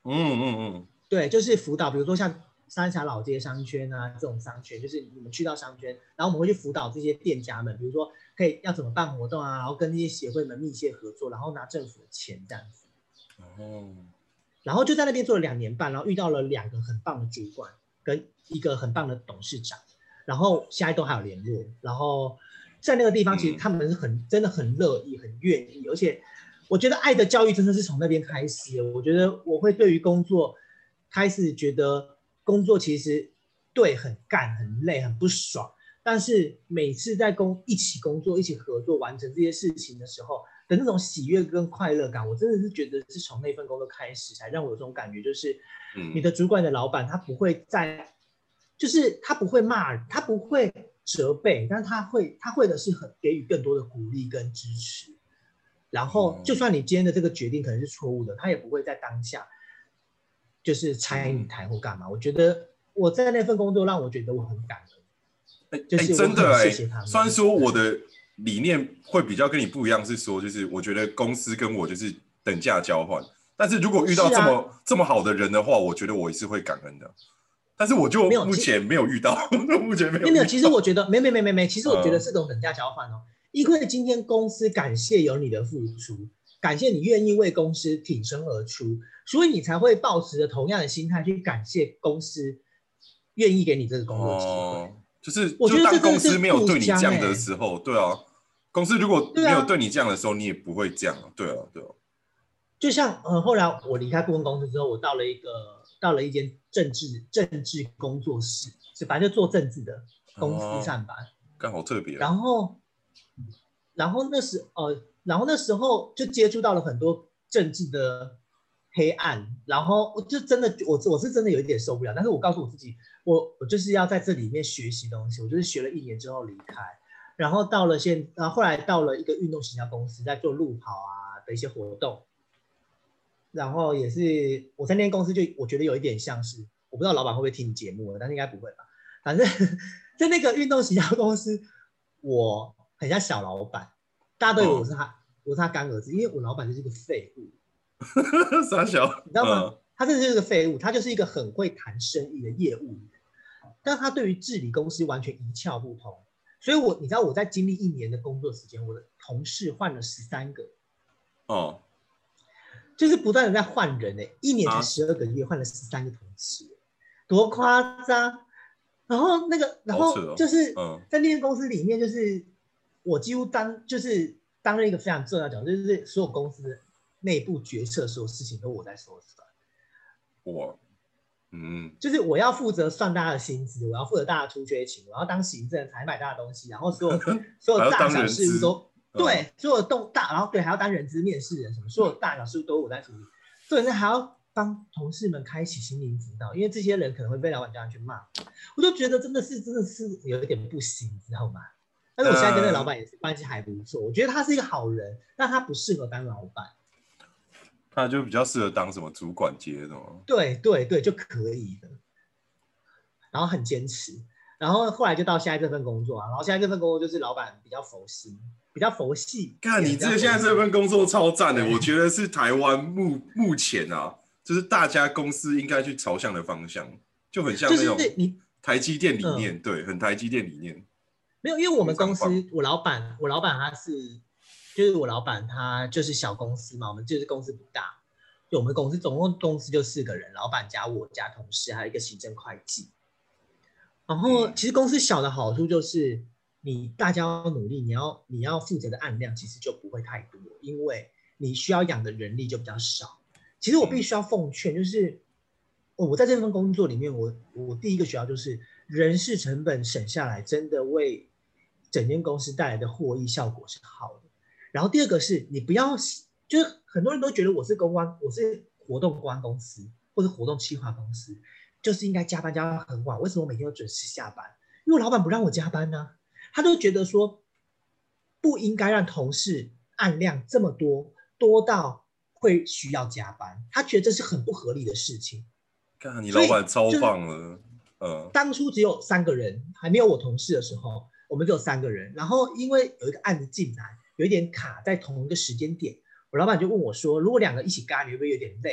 C: 嗯嗯嗯，
B: 对，就是辅导，比如说像三峡老街商圈啊这种商圈，就是你们去到商圈，然后我们会去辅导这些店家们，比如说可以要怎么办活动啊，然后跟这些协会们密切合作，然后拿政府的钱这样子。
C: 哦，
B: 然后就在那边做了两年半，然后遇到了两个很棒的主管跟一个很棒的董事长，然后现在都还有联络。然后在那个地方，其实他们是很真的很乐意、很愿意，而且我觉得爱的教育真的是从那边开始。我觉得我会对于工作开始觉得工作其实对很干、很累、很不爽，但是每次在工一起工作、一起合作完成这些事情的时候的那种喜悦跟快乐感，我真的是觉得是从那份工作开始才让我有这种感觉，就是你的主管的老板他不会在，就是他不会骂，他不会责备，但他会他会的是很给予更多的鼓励跟支持。然后就算你今天的这个决定可能是错误的，他也不会在当下就是拆你台或干嘛。我觉得我在那份工作让我觉得我很感恩，
C: 哎、
B: 就是
C: 真的哎、
B: 谢谢他们。
C: 虽然说我的理念会比较跟你不一样，是说就是我觉得公司跟我就是等价交换，但是如果遇到这么、啊、这么好的人的话，我觉得我也是会感恩的。但是我就目前没有遇到，目前没有遇到。
B: 没有，其实我觉得没没没没没，其实我觉得是种等价交换哦。因为今天公司感谢有你的付出，感谢你愿意为公司挺身而出，所以你才会抱持着同样的心态去感谢公司愿意给你这个工作机会。
C: 哦，就是
B: 我觉得
C: 当公司没有对你这样的时候，对啊，公司如果没有对你这样的时候，你也不会这样啊，对啊，对啊。
B: 就像呃，后来我离开顾问公司之后，我到了一个到了一间政治政治工作室，是反正就做政治的公司上班，
C: 刚、哦、好特别、啊。
B: 然后，然后那时呃，然后那时候就接触到了很多政治的黑暗，然后我就真的我我是真的有一点受不了，但是我告诉我自己，我我就是要在这里面学习东西，我就是学了一年之后离开，然后到了现，然后后来到了一个运动行销公司，在做路跑啊的一些活动。然后也是我在那间公司就我觉得有一点像是，我不知道老板会不会听节目，但是应该不会吧。反正在那个运动行销公司，我很像小老板，大家都以为我是他，哦、我是他干儿子，因为我老板就是一个废物。
C: 傻小，
B: 你知道吗？嗯、他真的就是个废物，他就是一个很会谈生意的业务员，但他对于治理公司完全一窍不通。所以我你知道我在经历一年的工作时间，我的同事换了十三个。哦。就是不断的在换人、欸、一年才十二个月换了十三个同事，多夸张！然后那个，然后就是在那间公司里面，就是我几乎当就是当了一个非常重要的角色，就是所有公司内部决策所有事情都我在说算。
C: 哇，嗯，
B: 就是我要负责算大家的薪资，我要负责大家出缺勤，我要当行政采买大的东西，然后所有所有大小事务都。对，所有动大，然后对还要当人资面试人什么，所有大小事都我在处理，所以呢还要帮同事们开启心灵辅导，因为这些人可能会被老板叫他去骂，我就觉得真的是真的是有一点不行，你知道吗？但是我现在跟那个老板也是关系还不错，我觉得他是一个好人，但他不适合当老板，
C: 他就比较适合当什么主管阶的吗？
B: 对对对，就可以的，然后很坚持，然后后来就到现在这份工作啊，然后现在这份工作就是老板比较佛心。比较佛系，
C: 看你这现在这份工作超赞的，我觉得是台湾目目前啊，就是大家公司应该去朝向的方向，就很像那种台积电理念，就是嗯、对，很台积电理念。
B: 没有，因为我们公司，我老板，我老板他是，就是我老板他就是小公司嘛，我们就是公司不大，就我们公司总共公司就四个人，老板加我加同事，还有一个行政会计。然后其实公司小的好处就是。你大家要努力，你要你要负责的案量其实就不会太多，因为你需要养的人力就比较少。其实我必须要奉劝，就是我在这份工作里面，我我第一个学到就是人事成本省下来，真的为整间公司带来的获益效果是好的。然后第二个是你不要，就是很多人都觉得我是公关，我是活动公关公司或者活动企划公司，就是应该加班加到很晚。为什么我每天都准时下班？因为我老板不让我加班呢、啊。他都觉得说不应该让同事案量这么多，多到会需要加班，他觉得这是很不合理的事情。
C: 看你老板超棒了，嗯，
B: 当初只有三个人，还没有我同事的时候，我们只有三个人。然后因为有一个案子进来，有一点卡在同一个时间点，我老板就问我说：“如果两个一起干，你会不会有点累？”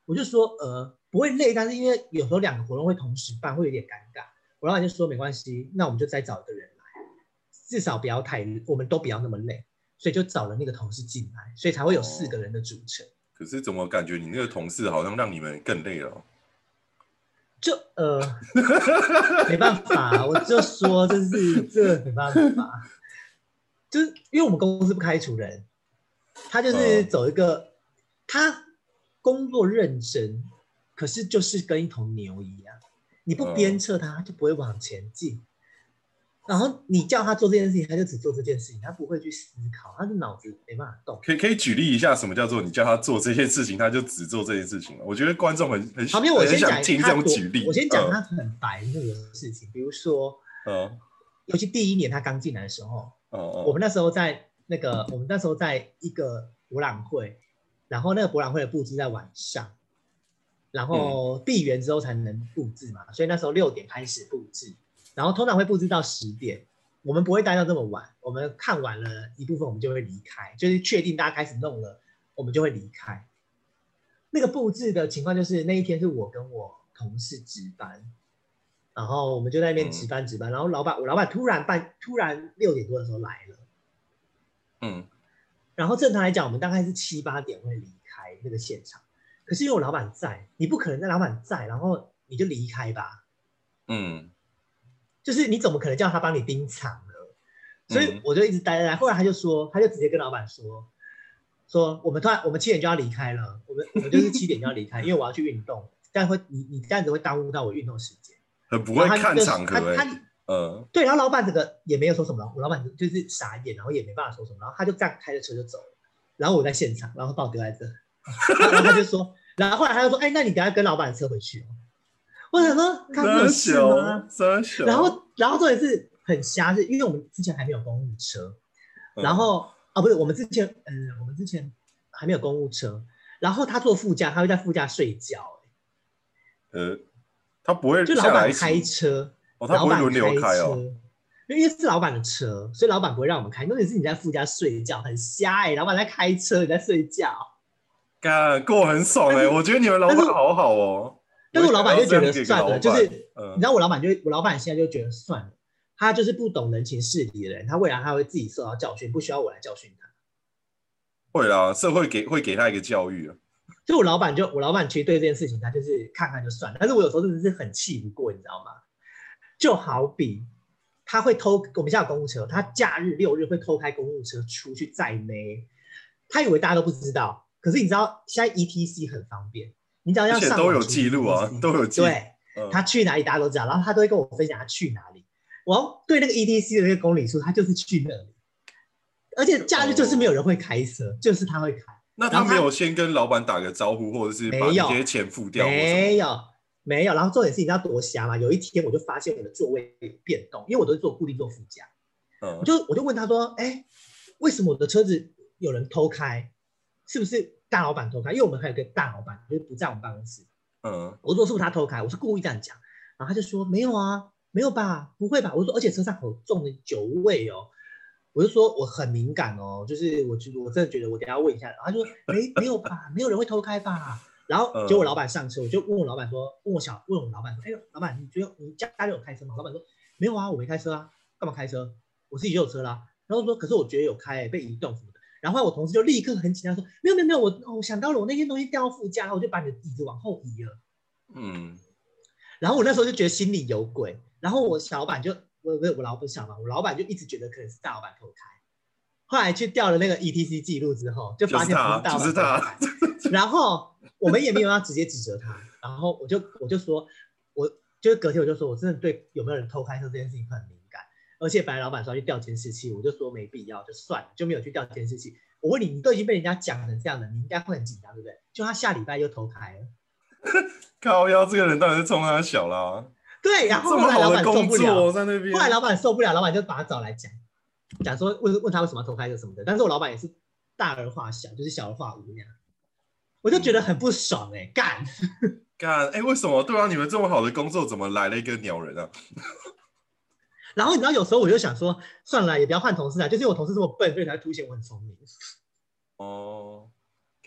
B: 我就说呃不会累，但是因为有时候两个活动会同时办，会有点尴尬。我老板就说没关系，那我们就再找一个人来，至少不要太，我们都不要那么累，所以就找了那个同事进来，所以才会有四个人的组成。哦、
C: 可是怎么感觉你那个同事好像让你们更累了？
B: 就呃没办法，我就说这是这没办法，就是因为我们公司不开除人，他就是走一个、嗯、他工作认真，可是就是跟一头牛一样。你不鞭策他，他就不会往前进。然后你叫他做这件事情，他就只做这件事情，他不会去思考，他的脑子没办法动。
C: 可以可以举例一下，什么叫做你叫他做这件事情，他就只做这件事情吗？我觉得观众很很
B: 好，我先讲
C: 很想听这种举例。
B: 我先讲他很白那个事情，比如说，
C: 嗯，
B: 尤其第一年他刚进来的时候，
C: 嗯嗯，
B: 我们那时候在那个，我们那时候在一个博览会，然后那个博览会的布置在晚上。然后闭园之后才能布置嘛，所以那时候六点开始布置，然后通常会布置到十点，我们不会待到这么晚，我们看完了一部分我们就会离开，就是确定大家开始弄了，我们就会离开。那个布置的情况就是那一天是我跟我同事值班，然后我们就在那边值班值班，然后老板我老板突然半突然六点多的时候来了，嗯，然后正常来讲我们大概是七八点会离开那个现场。可是因为我老板在，你不可能在老板在，然后你就离开吧。嗯，就是你怎么可能叫他帮你盯场呢？所以我就一直待在那。后来他就说，他就直接跟老板说，说我们突然我们七点就要离开了，我们我们就是七点就要离开，因为我要去运动，但会你你这样子会耽误到我运动时间。
C: 很不会看场合、欸，
B: 他他呃对，然后老板这个也没有说什么，我老板就是傻眼，然后也没办法说什么，然后他就这样开着车就走了，然后我在现场，然后把我丢在这，然后他就说。然后后来他就说：“哎，那你等下跟老板的车回去哦。”我想说，他没有事吗？然后，然后重点是很瞎，是因为我们之前还没有公务车，然后啊、嗯哦、不是，我们之前嗯，我们之前还没有公务车，然后他坐副驾，他会在副驾睡觉。
C: 呃，他不会
B: 就老板开车，
C: 哦，他不会轮流开哦，
B: 因为是老板的车，所以老板不会让我们开。重点是你在副驾睡觉，很瞎哎、欸！老板在开车，你在睡觉。
C: 干过很爽哎、欸，我觉得你们老板好好哦。
B: 但是我老板就觉得算了，就是、嗯、你知道我老板就我老板现在就觉得算了，他就是不懂人情世理的人，他未来他会自己受到教训，不需要我来教训他。
C: 会啦，社会给会给他一个教育啊。
B: 所以我老板就我老板其实对这件事情他就是看看就算了，但是我有时候真的是很气不过，你知道吗？就好比他会偷，我们现在有公务车，他假日六日会偷开公务车出去载妹，他以为大家都不知道。可是你知道现在 E T C 很方便，你只要要上网
C: 都有记录啊，都有记录。
B: 对、嗯，他去哪里大家都知道，然后他都会跟我分享他去哪里。我要对那个 E T C 的那个公里数，他就是去那里。而且假日就是没有人会开车，哦、就是他会开。
C: 那他没有先跟老板打个招呼，或者是把那些钱付掉？
B: 没有，没有。然后重点是你知道多瞎吗？有一天我就发现我的座位有变动，因为我都是坐固定坐副驾。嗯，我就我就问他说：“哎，为什么我的车子有人偷开？是不是大老板偷开？因为我们还有个大老板，就是不在我们办公室。嗯，我说是不是他偷开？我是故意这样讲。然后他就说没有啊，没有吧，不会吧？我说而且车上好重的酒味哦。我就说我很敏感哦，就是我觉得我真的觉得我等一下问一下。然后他就说没没有吧，没有人会偷开吧？然后结果我老板上车，我就问我老板说，问我小问我老板说，哎，老板你觉得你家里有开车吗？老板说没有啊，我没开车啊，干嘛开车？我自己就有车啦。然后说可是我觉得有开、欸，被移动什么的。然后我同事就立刻很紧张说：“没有没有没有，我我想到了，我那件东西掉到副驾，我就把你的椅子往后移了。”嗯，然后我那时候就觉得心里有鬼。然后我小老板就我我我老板想嘛，我老板就一直觉得可能是大老板偷开。后来去调了那个 E T C 记录之后，就发现不是大老板偷开。就是、然后我们也没有要直接指责他。然后我就我就说，我就隔天我就说我真的对有没有人偷开车这件事情很敏感。而且本来老板说要去调监视器，我就说没必要，就算了，就没有去调监视器。我问你，你都已经被人家讲成这样了，你应该会很紧张，对不对？就他下礼拜又偷开了。靠腰，
C: 这个人当然是冲他小啦。
B: 对，然后后来老板受不了，
C: 在那边。
B: 后来老板受不了，老板就把他找来讲，讲说问问他为什么要偷开这什么的。但是我老板也是大而化小，就是小而化无那样。我就觉得很不爽哎、欸，干
C: 干哎，为什么对啊？你们这么好的工作，怎么来了一个鸟人啊？
B: 然后你知道有时候我就想说，算了，也不要换同事啊，就是因为我同事这么笨，所以才凸显我很聪明。
C: 哦，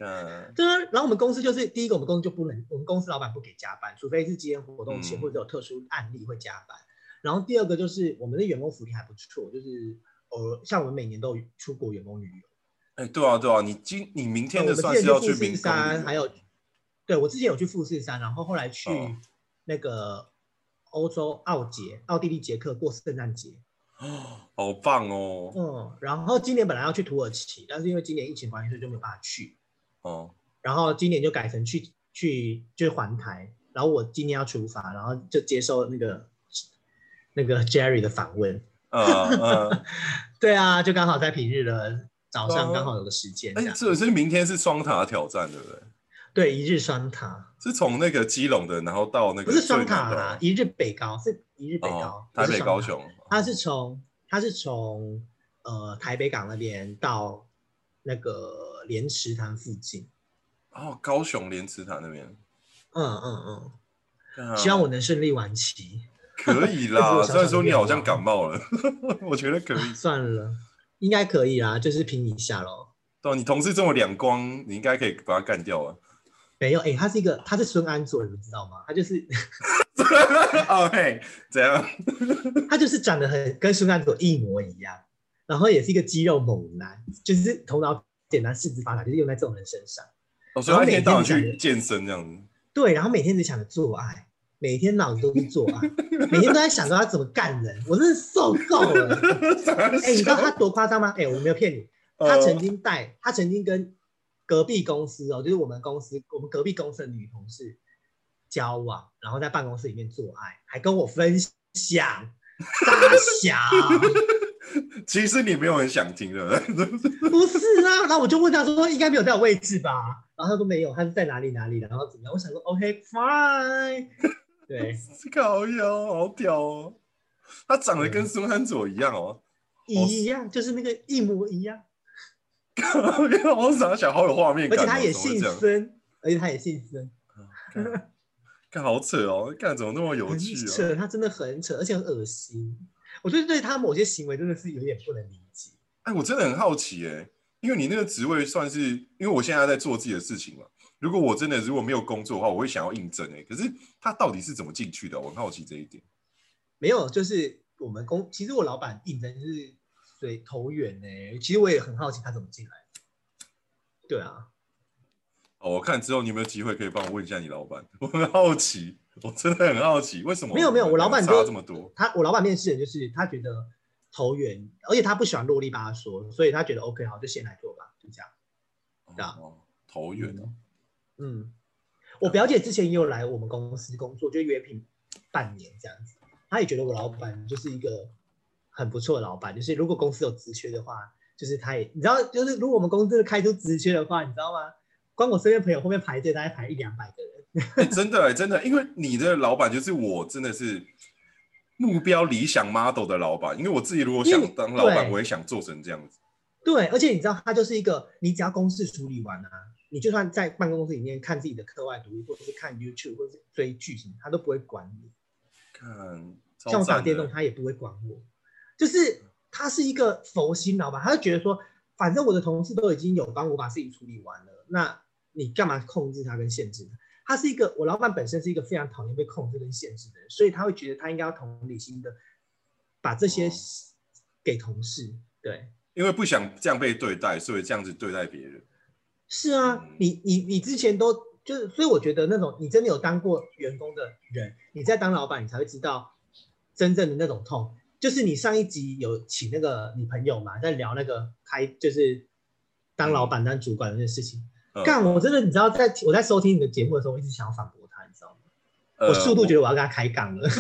B: 对啊，然后我们公司就是第一个，我们公司就不能，我们公司老板不给加班，除非是纪念活动前、嗯、或者有特殊案例会加班。然后第二个就是我们的员工福利还不错，就是呃，像我们每年都有出国员工旅游。
C: 哎，对啊，对啊，你今你明天的算是要去
B: 富士山，还有，对我之前有去富士山，然后后来去那个欧洲奥捷、奥地利捷克过圣诞节。
C: 哦，好棒哦！
B: 嗯，然后今年本来要去土耳其，但是因为今年疫情关系，所以就没有办法去。
C: 哦，
B: 然后今年就改成去去就是环台，然后我今年要出发，然后就接受那个那个 Jerry 的访问。
C: 嗯嗯，
B: 对啊，就刚好在平日的早上刚好有个时间。
C: 哎，所以所以明天是双塔挑战，对不对？
B: 对，一日双塔
C: 是从那个基隆的，然后到那个
B: 不是双塔啦，一日北高是一日北高，
C: 哦、台北高雄，
B: 它是从它是从呃台北港那边到那个莲池潭附近。
C: 哦，高雄莲池潭那边。
B: 嗯嗯嗯，啊、希望我能顺利完期。
C: 可以啦，虽然说你好像感冒了，我觉得可以。
B: 算了，应该可以啦，就是拼一下咯。
C: 对，你同事这么两光，你应该可以把他干掉啊。
B: 没有，哎、欸，他是一个，他是孙安佐，你们知道吗？他就是
C: 哦嘿，怎样？
B: 他就是长得很跟孙安佐一模一样，然后也是一个肌肉猛男，就是头脑简单、四肢发达，就是用在这种人身上。
C: 哦，所以他一天到晚去健身这样子。
B: 对，然后每天只想着做爱，每天脑子都是做爱，每天都在想着他怎么干人，我真的受够了。哎、欸，你知道他多夸张吗？哎、欸，我没有骗你，他曾经带，他曾经跟隔壁公司哦，就是我们公司，我们隔壁公司的女同事交往，然后在办公室里面做爱，还跟我分享大小。
C: 其实你没有很想听的，
B: 不是啊？然后我就问他说，应该没有在我位置吧？然后他说没有，他是在哪里哪里，然后怎么样？我想说 ，OK fine。对，
C: 这个好屌，好屌哦！他长得跟孙安佐一样哦，
B: 一样，就是那个一模一样。
C: 我想想，好有画面感、哦，
B: 而且他也姓孙，而且他也姓孙。
C: 看好扯哦，看怎么那么有趣
B: 哦？扯，他真的很扯，而且很恶心。我就对他某些行为真的是有点不能理解。
C: 哎，我真的很好奇哎，因为你那个职位算是，因为我现在在做自己的事情嘛。如果我真的如果没有工作的话，我会想要应征哎。可是他到底是怎么进去的？我很好奇这一点。
B: 没有，就是我们公，其实我老板应征是随投缘哎。其实我也很好奇他怎么进来。对啊。
C: 哦，我看之后你有没有机会可以帮我问一下你老板？我很好奇，我真的很好奇，为什么
B: 没有没有，我老板
C: 差这么多。
B: 他我老板面试人就是他觉得投缘，而且他不喜欢啰里吧嗦，所以他觉得 OK 好，就先来做吧，就这样。对啊，
C: 哦，投缘哦。
B: 嗯，我表姐之前也有来我们公司工作，就约聘半年这样子。她也觉得我老板就是一个很不错的老板，就是如果公司有职缺的话，就是他也你知道，就是如果我们公司开出职缺的话，你知道吗？光我身边朋友后面排队大概排一两百个人。
C: 欸、真的、欸、真的，因为你的老板就是我真的是目标理想 model 的老板，因为我自己如果想当老板，我也想做成这样子。
B: 对，而且你知道，他就是一个，你只要公事处理完啊，你就算在办公室里面看自己的课外读物，或者是看 YouTube， 或者是追剧什么，他都不会管你。
C: 看，
B: 像我打电动，他也不会管我。就是他是一个佛心老板，他就觉得说，反正我的同事都已经有帮我把事情处理完了，那你干嘛控制他跟限制他？他是一个，我老板本身是一个非常讨厌被控制跟限制的人，所以他会觉得他应该要同理心的把这些给同事。对。
C: 因为不想这样被对待，所以这样子对待别人。
B: 是啊，嗯、你你你之前都就是，所以我觉得那种你真的有当过员工的人，你在当老板，你才会知道真正的那种痛。就是你上一集有请那个你朋友嘛，在聊那个开就是当老板、当主管的那件事情。干、嗯，我真的你知道在，在我在收听你的节目的时候，我一直想要反驳他，你知道吗？呃、我速度觉得我要跟他开杠了。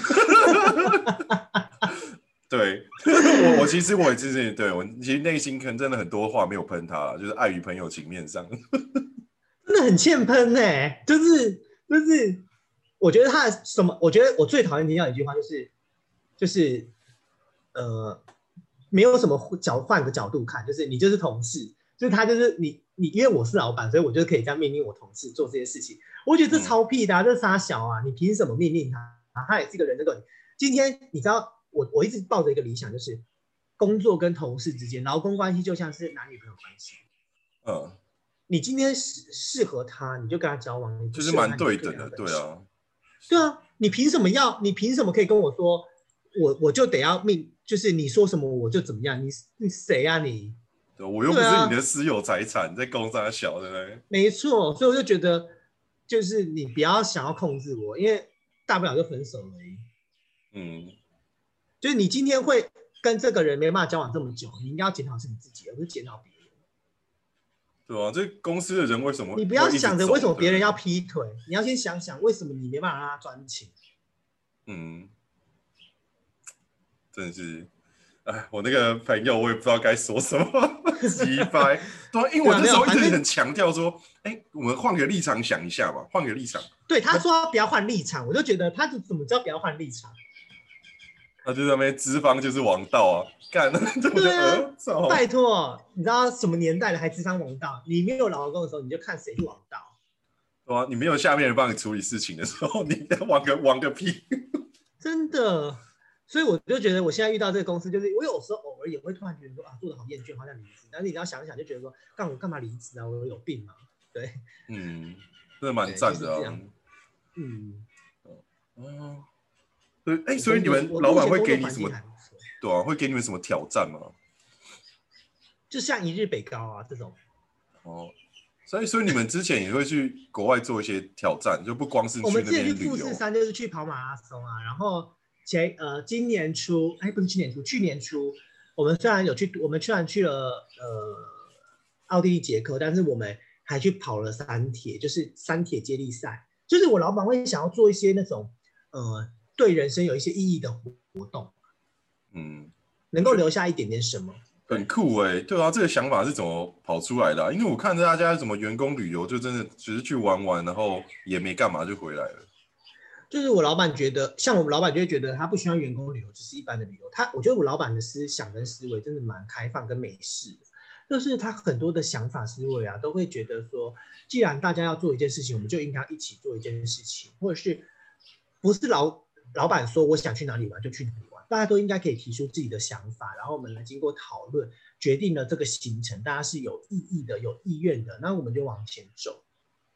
C: 对，我我其实我也是对我其实内心可能真的很多话没有喷他，就是碍于朋友情面上，
B: 真的很欠喷哎、欸，就是就是，我觉得他什么，我觉得我最讨厌听到一句话就是就是呃，没有什么角换个角度看，就是你就是同事，就是他就是你你因为我是老板，所以我就可以这样命令我同事做这些事情，我觉得这超屁的、啊，嗯、这傻小啊，你凭什么命令他？他也是一个人，这个今天你知道。我, 我一直抱着一个理想，就是工作跟同事之间，劳工关系就像是男女朋友关系。
C: 嗯，
B: 你今天适合他，你就跟他交往，你
C: 就是蛮对等的，对啊，
B: 对啊，你凭什么要？你凭什么可以跟我说，我我就得要命？就是你说什么我就怎么样？你你谁啊你？
C: 对，我又不是你的私有财产，在公三小的呢。
B: 没错，所以我就觉得，就是你不要想要控制我，因为大不了就分手而已。
C: 嗯，
B: 就是你今天会跟这个人没办法交往这么久，你应该要检讨是你自己，而不是检讨别人。
C: 对啊，这公司的人为什么？
B: 你不要想着为什么别人要劈腿，你要先想想为什么你没办法让他专情。
C: 嗯，真的是，哎，我那个朋友我也不知道该说什么，鸡掰。对，因为我那时候一直很强调说，哎，我们换个立场想一下吧，换个立场。
B: 对，他说他不要换立场，我就觉得他怎么知道不要换立场？
C: 他就在那边资方就是王道啊，干，
B: 对啊，拜托，你知道什么年代了还资方王道？你没有老公的时候，你就看谁是王道。
C: 对啊，你没有下面人帮你处理事情的时候，你王个王个屁！
B: 真的，所以我就觉得我现在遇到这个公司，就是我有时候偶尔也会突然觉得说啊，做的好厌倦，好想离职。但是你要想一想，就觉得说，干我干嘛离职啊？我有病吗？对，
C: 嗯，真的蛮赞的啊。
B: 就是、嗯，
C: 哦。对，哎，所以你们老板会给你什么？对啊，会给你们什么挑战吗？
B: 就像一日北高啊这种。
C: 哦，所以所以你们之前也会去国外做一些挑战，就不光是去那边旅游。
B: 我们之前去富士山就是去跑马拉松啊，然后前呃今年初，哎不是今年初，去年初我们虽然有去，我们虽然去了呃奥地利捷克，但是我们还去跑了三铁，就是三铁接力赛。就是我老板会想要做一些那种呃。对人生有一些意义的活动，嗯，能够留下一点点什么，
C: 很酷哎、欸，对啊，这个想法是怎么跑出来的、啊？因为我看大家什么员工旅游，就真的只是去玩玩，然后也没干嘛就回来了。
B: 就是我老板觉得，像我们老板就会觉得他不需要员工旅游，只是一般的旅游。他我觉得我老板的思想跟思维真的蛮开放跟美式的，就是他很多的想法思维啊，都会觉得说，既然大家要做一件事情，我们就应该一起做一件事情，或者是不是老。老板说我想去哪里玩就去哪里玩，大家都应该可以提出自己的想法，然后我们来经过讨论，决定了这个行程，大家是有意义的、有意愿的，那我们就往前走。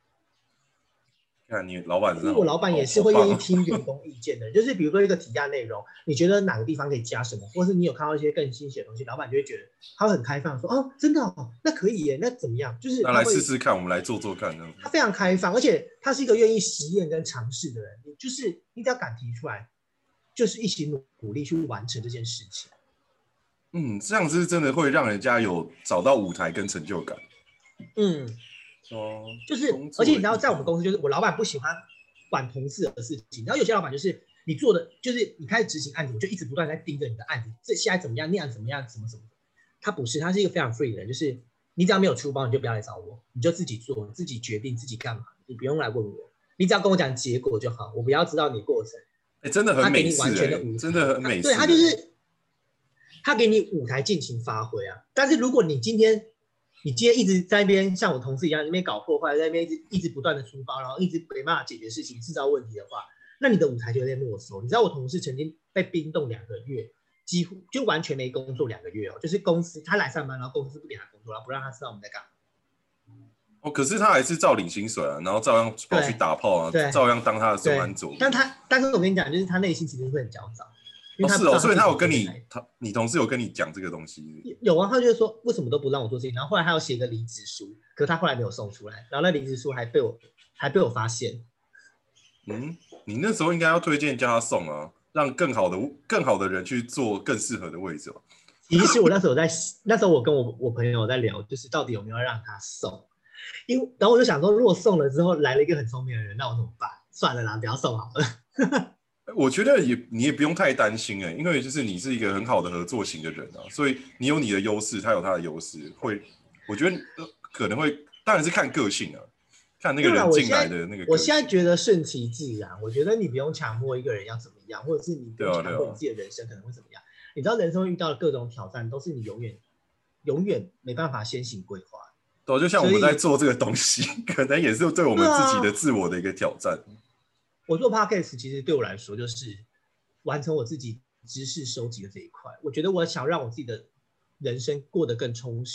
C: 看你老板真的好，
B: 我老板也是会愿意听员工意见的，就是比如说一个提案内容，你觉得哪个地方可以加什么，或是你有看到一些更新鲜的东西，老板就会觉得他会很开放，说哦，真的哦，那可以耶，那怎么样？就是
C: 那来试试看，我们来做做看。
B: 他非常开放，而且他是一个愿意实验跟尝试的人，就是你只要敢提出来，就是一起努力去完成这件事情。
C: 嗯，这样子真的会让人家有找到舞台跟成就感。
B: 嗯。哦，就是，而且你知道，在我们公司，就是我老板不喜欢管同事的事情。然后有些老板就是你做的，就是你开始执行案子，我就一直不断在盯着你的案子，这现在怎么样，那样怎么样，什么什么的。他不是，他是一个非常 free 的人，就是你只要没有出包，你就不要来找我，你就自己做，自己决定自己干嘛，你不用来问我，你只要跟我讲结果就好，我不要知道你过程。
C: 哎、欸，真的很美式、欸，真的很美式。
B: 对，他就是他给你舞台尽情发挥啊。但是如果你今天你今天一直在那边像我同事一样，那边搞破坏，在那边一直一直不断的出包，然后一直没办法解决事情，制造问题的话，那你的舞台就有点没收。你知道我同事曾经被冰冻两个月，几乎就完全没工作两个月哦，就是公司他来上班，然后公司不给他工作，然后不让他知道我们在干嘛。
C: 哦，可是他还是照领薪水啊，然后照样跑去打炮啊，照样当他的手安左。
B: 但他，但是我跟你讲，就是他内心其实会很焦躁。
C: 哦，是哦，所以他有跟你，他你同事有跟你讲这个东西？
B: 有啊，他就说为什么都不让我做事情，然后后来他有写个离职书，可是他后来没有送出来，然后那离职书还被我还被我发现。
C: 嗯，你那时候应该要推荐叫他送啊，让更好的更好的人去做更适合的位置。
B: 其实我那时候在那时候我跟我我朋友在聊，就是到底有没有让他送，因为然后我就想说，如果送了之后来了一个很聪明的人，那我怎么办？算了啦，不要送好了。
C: 我觉得也你也不用太担心哎、欸，因为就是你是一个很好的合作型的人啊，所以你有你的优势，他有他的优势，会我觉得可能会当然是看个性啊，看那个人进来的那个個性。
B: 我现在觉得顺其自然，我觉得你不用强迫一个人要怎么样，或者是你不用强迫你自己的人生可能会怎么样。你知道人生会遇到的各种挑战，都是你永远永远没办法先行规划。
C: 对，就像我们在做这个东西，可能也是对我们自己的自我的一个挑战。
B: 我做 podcast 其实对我来说就是完成我自己知识收集的这一块。我觉得我想让我自己的人生过得更充实，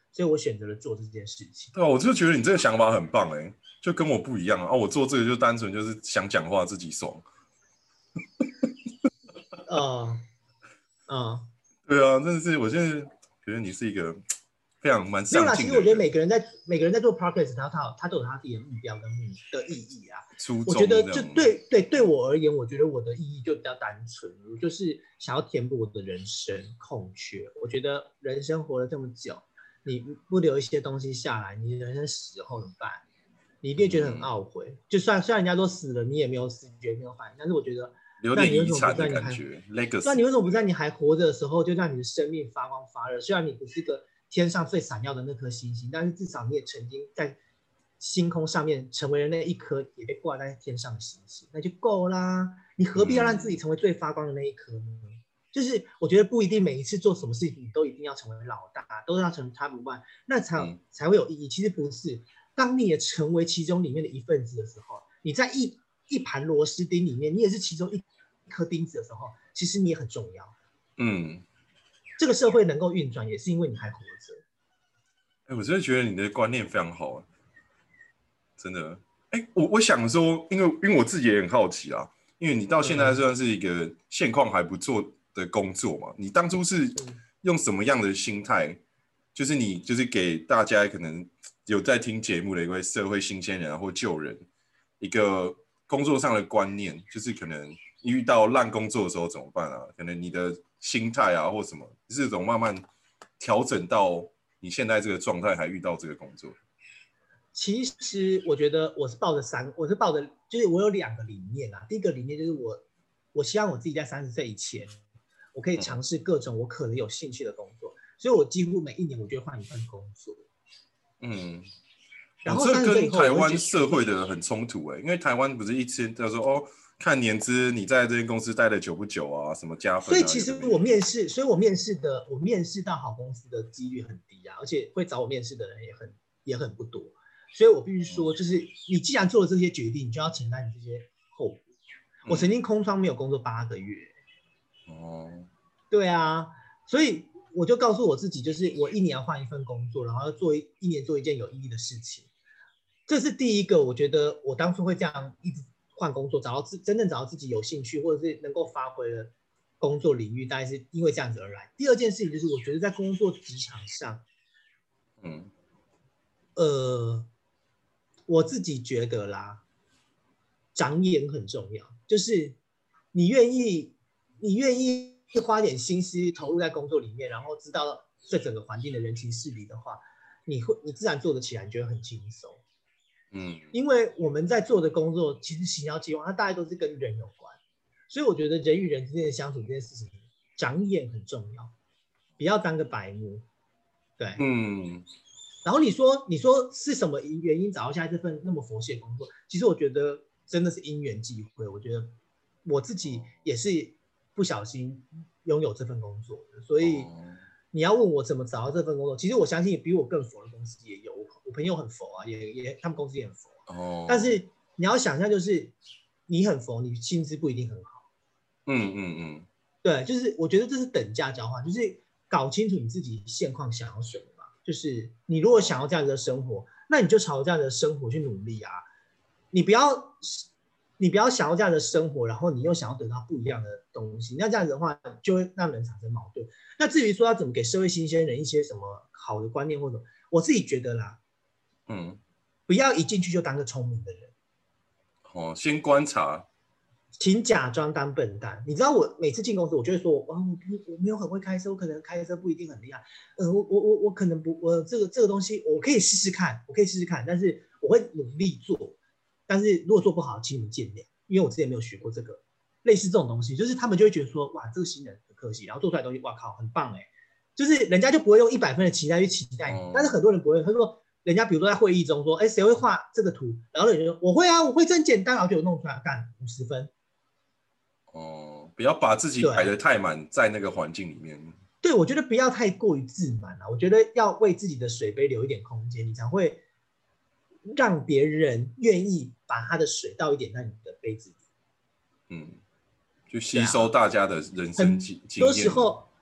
B: 所以我选择了做这件事情。
C: 对啊，我就觉得你这个想法很棒哎、欸，就跟我不一样啊！啊我做这个就单纯就是想讲话，自己爽。
B: 嗯嗯，
C: 对啊，真的是，我现在觉得你是一个非常蛮
B: 没有啦。
C: 上进的人。
B: 其实我觉得每个人在每个人在做 podcast， 他他他都有他自己的目标跟目的意义啊。
C: 初衷
B: 我觉得就对对对我而言，我觉得我的意义就比较单纯，我就是想要填补我的人生空缺。我觉得人生活了这么久，你不留一些东西下来，你人生死后怎么办？你一定觉得很懊悔。嗯、就算虽然人家都死了，你也没有死，你觉得没有反应，但是我觉得，
C: 留点遗产的感觉 ，legacy。
B: 那你为什么不在你还活着的时候，就让你的生命发光发热？虽然你不是个天上最闪耀的那颗星星，但是至少你也曾经在星空上面成为了那一颗也被挂在天上的星星，那就够啦。你何必要让自己成为最发光的那一颗呢？嗯、就是我觉得不一定每一次做什么事情你都一定要成为老大，都要成为 top one， 那才、嗯、才会有意义。其实不是，当你也成为其中里面的一份子的时候，你在一一盘螺丝钉里面，你也是其中一颗钉子的时候，其实你也很重要。嗯，这个社会能够运转，也是因为你还活着。
C: 哎、欸，我真的觉得你的观念非常好，真的。哎、欸，我我想说，因为因为我自己也很好奇啊，因为你到现在算是一个现况还不错的工作嘛，你当初是用什么样的心态？就是你就是给大家可能有在听节目的一位社会新鲜人啊，或旧人，一个工作上的观念，就是可能遇到烂工作的时候怎么办啊？可能你的心态啊，或什么，是一种慢慢调整到你现在这个状态，还遇到这个工作。
B: 其实我觉得我是抱着三，我是抱着，就是我有两个理念啊。第一个理念就是我，我希望我自己在三十岁以前，我可以尝试各种我可能有兴趣的工作，所以我几乎每一年我就会换一份工作。嗯，
C: 然后这跟台湾社会的很冲突哎、欸，因为台湾不是一直他说哦，看年资，你在这间公司待的久不久啊，什么加分、啊。
B: 所以其实我面试，所以我面试的，我面试到好公司的几率很低啊，而且会找我面试的人也很也很不多。所以我必须说，就是你既然做了这些决定，你就要承担你这些后果。我曾经空窗没有工作八个月。哦，对啊，所以我就告诉我自己，就是我一年要换一份工作，然后要做一一年做一件有意义的事情。这是第一个，我觉得我当初会这样一直换工作，找到自真正找到自己有兴趣或者是能够发挥的工作领域，大概是因为这样子而来。第二件事情就是，我觉得在工作职场上，嗯，呃。我自己觉得啦，长眼很重要，就是你愿意，你愿意花点心思投入在工作里面，然后知道这整个环境的人情世理的话，你会，你自然做得起来，你觉得很轻松。嗯，因为我们在做的工作，其实行销计划它大概都是跟人有关，所以我觉得人与人之间的相处这件事情，长眼很重要，不要当个白目。对，嗯。然后你说，你说是什么原因找到现在这份那么佛系的工作？其实我觉得真的是因缘际会。我觉得我自己也是不小心拥有这份工作的，所以你要问我怎么找到这份工作，其实我相信比我更佛的公司也有，我朋友很佛啊，也也他们公司也很佛。哦。但是你要想象，就是你很佛，你薪资不一定很好。嗯嗯嗯。对，就是我觉得这是等价交换，就是搞清楚你自己现况想要什么。就是你如果想要这样的生活，那你就朝这样的生活去努力啊！你不要，你不要想要这样的生活，然后你又想要得到不一样的东西，那这样子的话，就会让人产生矛盾。那至于说要怎么给社会新鲜人一些什么好的观念或者，我自己觉得啦，嗯，不要一进去就当个聪明的人。
C: 哦，先观察。
B: 请假装当笨蛋。你知道我每次进公司，我就会说，哇，我没有很会开车，我可能开车不一定很厉害。呃，我我我我可能不，我这个这个东西我可以试试看，我可以试试看，但是我会努力做。但是如果做不好，请你们见谅，因为我之前没有学过这个。类似这种东西，就是他们就会觉得说，哇，这个新人很可惜，然后做出来的东西，哇靠，很棒哎，就是人家就不会用一百分的期待去期待你。但是很多人不会，他说，人家比如说在会议中说，哎，谁会画这个图？然后有人就说我会啊，我会，真简单，然后就弄出来，干五十分。
C: 哦，不要把自己排得太满，在那个环境里面。
B: 对，我觉得不要太过于自满了。我觉得要为自己的水杯留一点空间，你才会让别人愿意把他的水倒一点在你的杯子里。
C: 嗯，就吸收大家的人生经验。
B: 很多时候，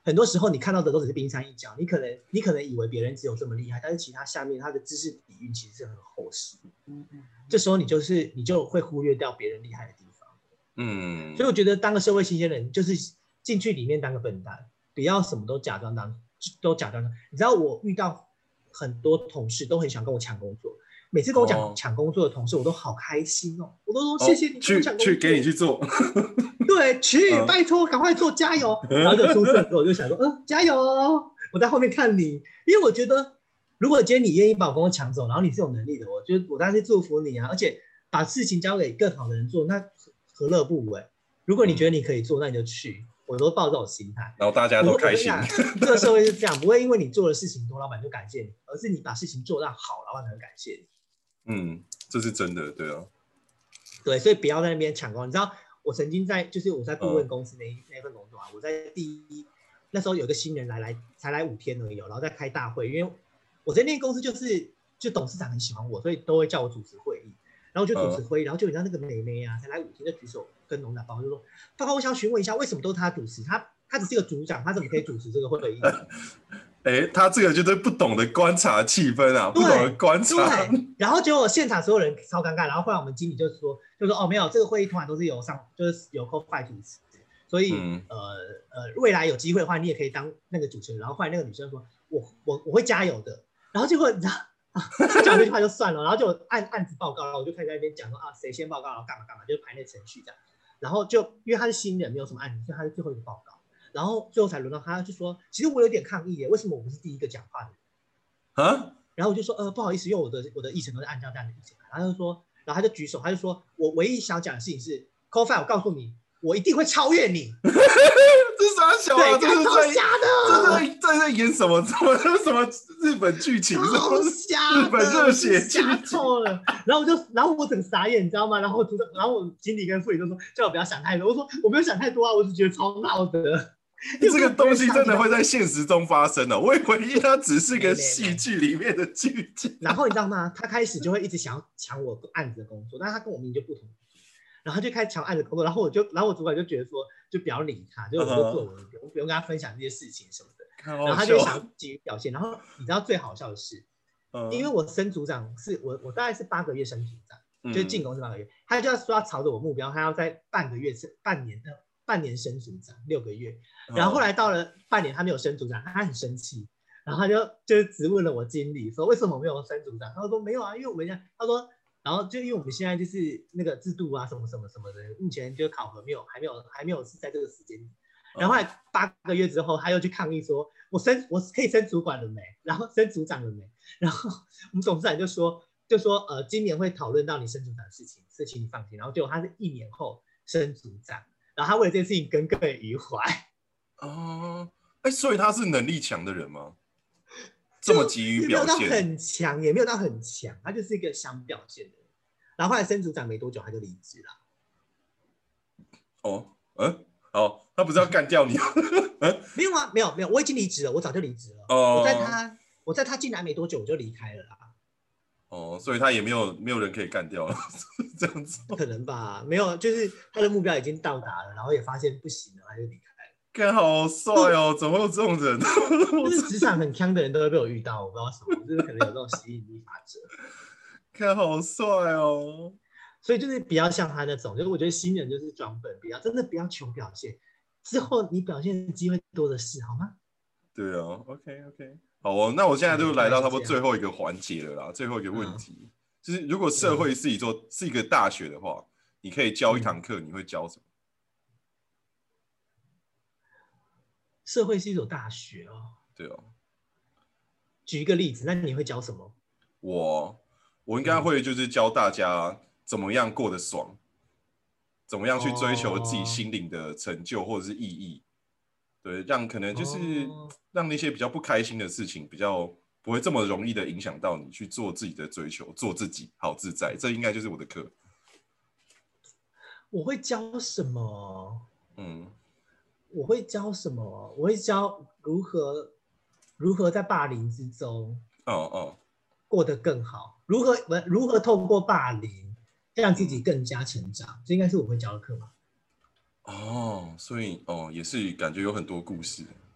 B: 很多时候你看到的都只是冰山一角，你可能你可能以为别人只有这么厉害，但是其他下面他的知识底蕴其实是很厚实。嗯嗯，这时候你就是你就会忽略掉别人厉害的地方。嗯，所以我觉得当个社会新鲜人，就是进去里面当个笨蛋，不要什么都假装当，都假装当。你知道我遇到很多同事都很想跟我抢工作。每次跟我讲抢工作的同事，我都好开心哦！我都说谢谢你跟我抢工作，
C: 去去给你去做，
B: 对，去拜托，赶快做，加油！然后就出社之后，我就想说，嗯，加油！我在后面看你，因为我觉得，如果今天你愿意把我工作抢走，然后你是有能力的，我觉得我当然是祝福你啊！而且把事情交给更好的人做，那何乐不为？如果你觉得你可以做，那你就去。我都抱这种心态，
C: 然后大家都开心。
B: 这个社会是这样，不会因为你做的事情多，老板就感谢你，而是你把事情做到好，老板才会感谢你。
C: 嗯，这是真的，对啊，
B: 对，所以不要在那边抢功。你知道，我曾经在就是我在顾问公司那、嗯、那份工作啊，我在第一那时候有一个新人来来才来五天而已，然后在开大会，因为我在那间公司就是就董事长很喜欢我，所以都会叫我主持会议，然后就主持会议，嗯、然后就你知道那个妹妹啊，才来五天就举手跟农长报告，就说：“报告，我想询问一下，为什么都是他主持？他他只是一个组长，他怎么可以主持这个会议？”
C: 哎，他这个就是不懂得观察气氛啊，不懂得观察。
B: 对，然后结果现场所有人超尴尬，然后后来我们经理就说，就说哦没有，这个会议通常都是由上就是由 co-fi 主持，所以、嗯、呃呃未来有机会的话，你也可以当那个主持人。然后后来那个女生说，我我我会加油的。然后结果你知道，讲这句话就算了，然后就按案子报告，然后我就开始在那边讲说啊谁先报告，然后干嘛干嘛，就是排那程序这样。然后就因为他是新人，没有什么案子，所以他是最后一个报告。然后最后才轮到他，就说：“其实我有点抗议耶，为什么我不是第一个讲话的人？”啊？然后我就说：“呃，不好意思，因为我的我的议程都是按照这样的议程。”然后他就说，然后他就举手，他就说：“我唯一想讲的事情是 ，Co-fi， 我告诉你，我一定会超越你。”
C: 这啥小啊？这是在
B: 瞎的，
C: 这在在演什么？什么什么日本剧情？什么日本热血剧
B: 透了。然后我就，然后我整个傻眼，你知道吗？然后然后我经理跟副理都说：“叫我不要想太多。”我说：“我没有想太多啊，我只觉得超闹的。”
C: 这个东西真的会在现实中发生的、哦，我以为它只是个戏剧里面的剧情。
B: 然后你知道吗？他开始就会一直想要抢我案子的工作，但是他跟我明明就不同，然后他就开始抢案子的工作，然后我就，然后我主管就觉得说，就不要理他，就我就做我的，我不用跟他分享这些事情什么的。然后他就想急于表现，然后你知道最好笑的是，嗯、因为我升组长是我我大概是八个月升组长，嗯、就是进公司八个月，他就要说要朝着我目标，他要在半个月半年的。半年升组长六个月，然后后来到了半年他没有升组长，他很生气，然后他就就质问了我经理说为什么我没有升组长？他说没有啊，因为我们家他说，然后就因为我们现在就是那个制度啊什么什么什么的，目前就考核没有还没有还没有是在这个时间，然后后来八个月之后他又去抗议说，我升我可以升主管了没？然后升组长了没？然后我们董事长就说就说呃今年会讨论到你升组长的事情，事情你放心，然后结果他是一年后升组长。然后他为了这件事情耿耿于怀。
C: 哦，哎，所以他是能力强的人吗？这么急于表现？
B: 没有到很强，也没有到很强，他就是一个想表现的人。然后后来升组长没多久他就离职了。
C: 哦，嗯，好，他不是要干掉你吗？
B: 嗯、没有啊，没有没有，我已经离职了，我早就离职了。哦，我在他我在他进来没多久我就离开了啦。
C: 哦，所以他也没有没有人可以干掉了，这样子。
B: 可能吧，没有，就是他的目标已经到达了，然后也发现不行了，他就离开了。
C: 看好帅哦，怎么会有这种人？
B: 就是职场很强的人都会被我遇到，我不知道什么，就是可能有这种吸引力法则。
C: 看好帅哦，
B: 所以就是比较像他那种，就是我觉得新人就是装笨，不要真的不要求表现，之后你表现的机会多的是，好吗？
C: 对啊 ，OK OK。好哦，那我现在就来到差不多最后一个环节了啦。最后一个问题、嗯、就是，如果社会是一座、嗯、是一个大学的话，你可以教一堂课，你会教什么？
B: 社会是一所大学哦。
C: 对哦。
B: 举一个例子，那你会教什么？
C: 我我应该会就是教大家怎么样过得爽，怎么样去追求自己心灵的成就或者是意义。对，让可能就是让那些比较不开心的事情比较不会这么容易的影响到你去做自己的追求，做自己好自在，这应该就是我的课。
B: 我会教什么？
C: 嗯，
B: 我会教什么？我会教如何如何在霸凌之中，
C: 哦哦，
B: 过得更好，如何如何透过霸凌让自己更加成长，嗯、这应该是我会教的课吧。
C: 哦，所以哦，也是感觉有很多故事。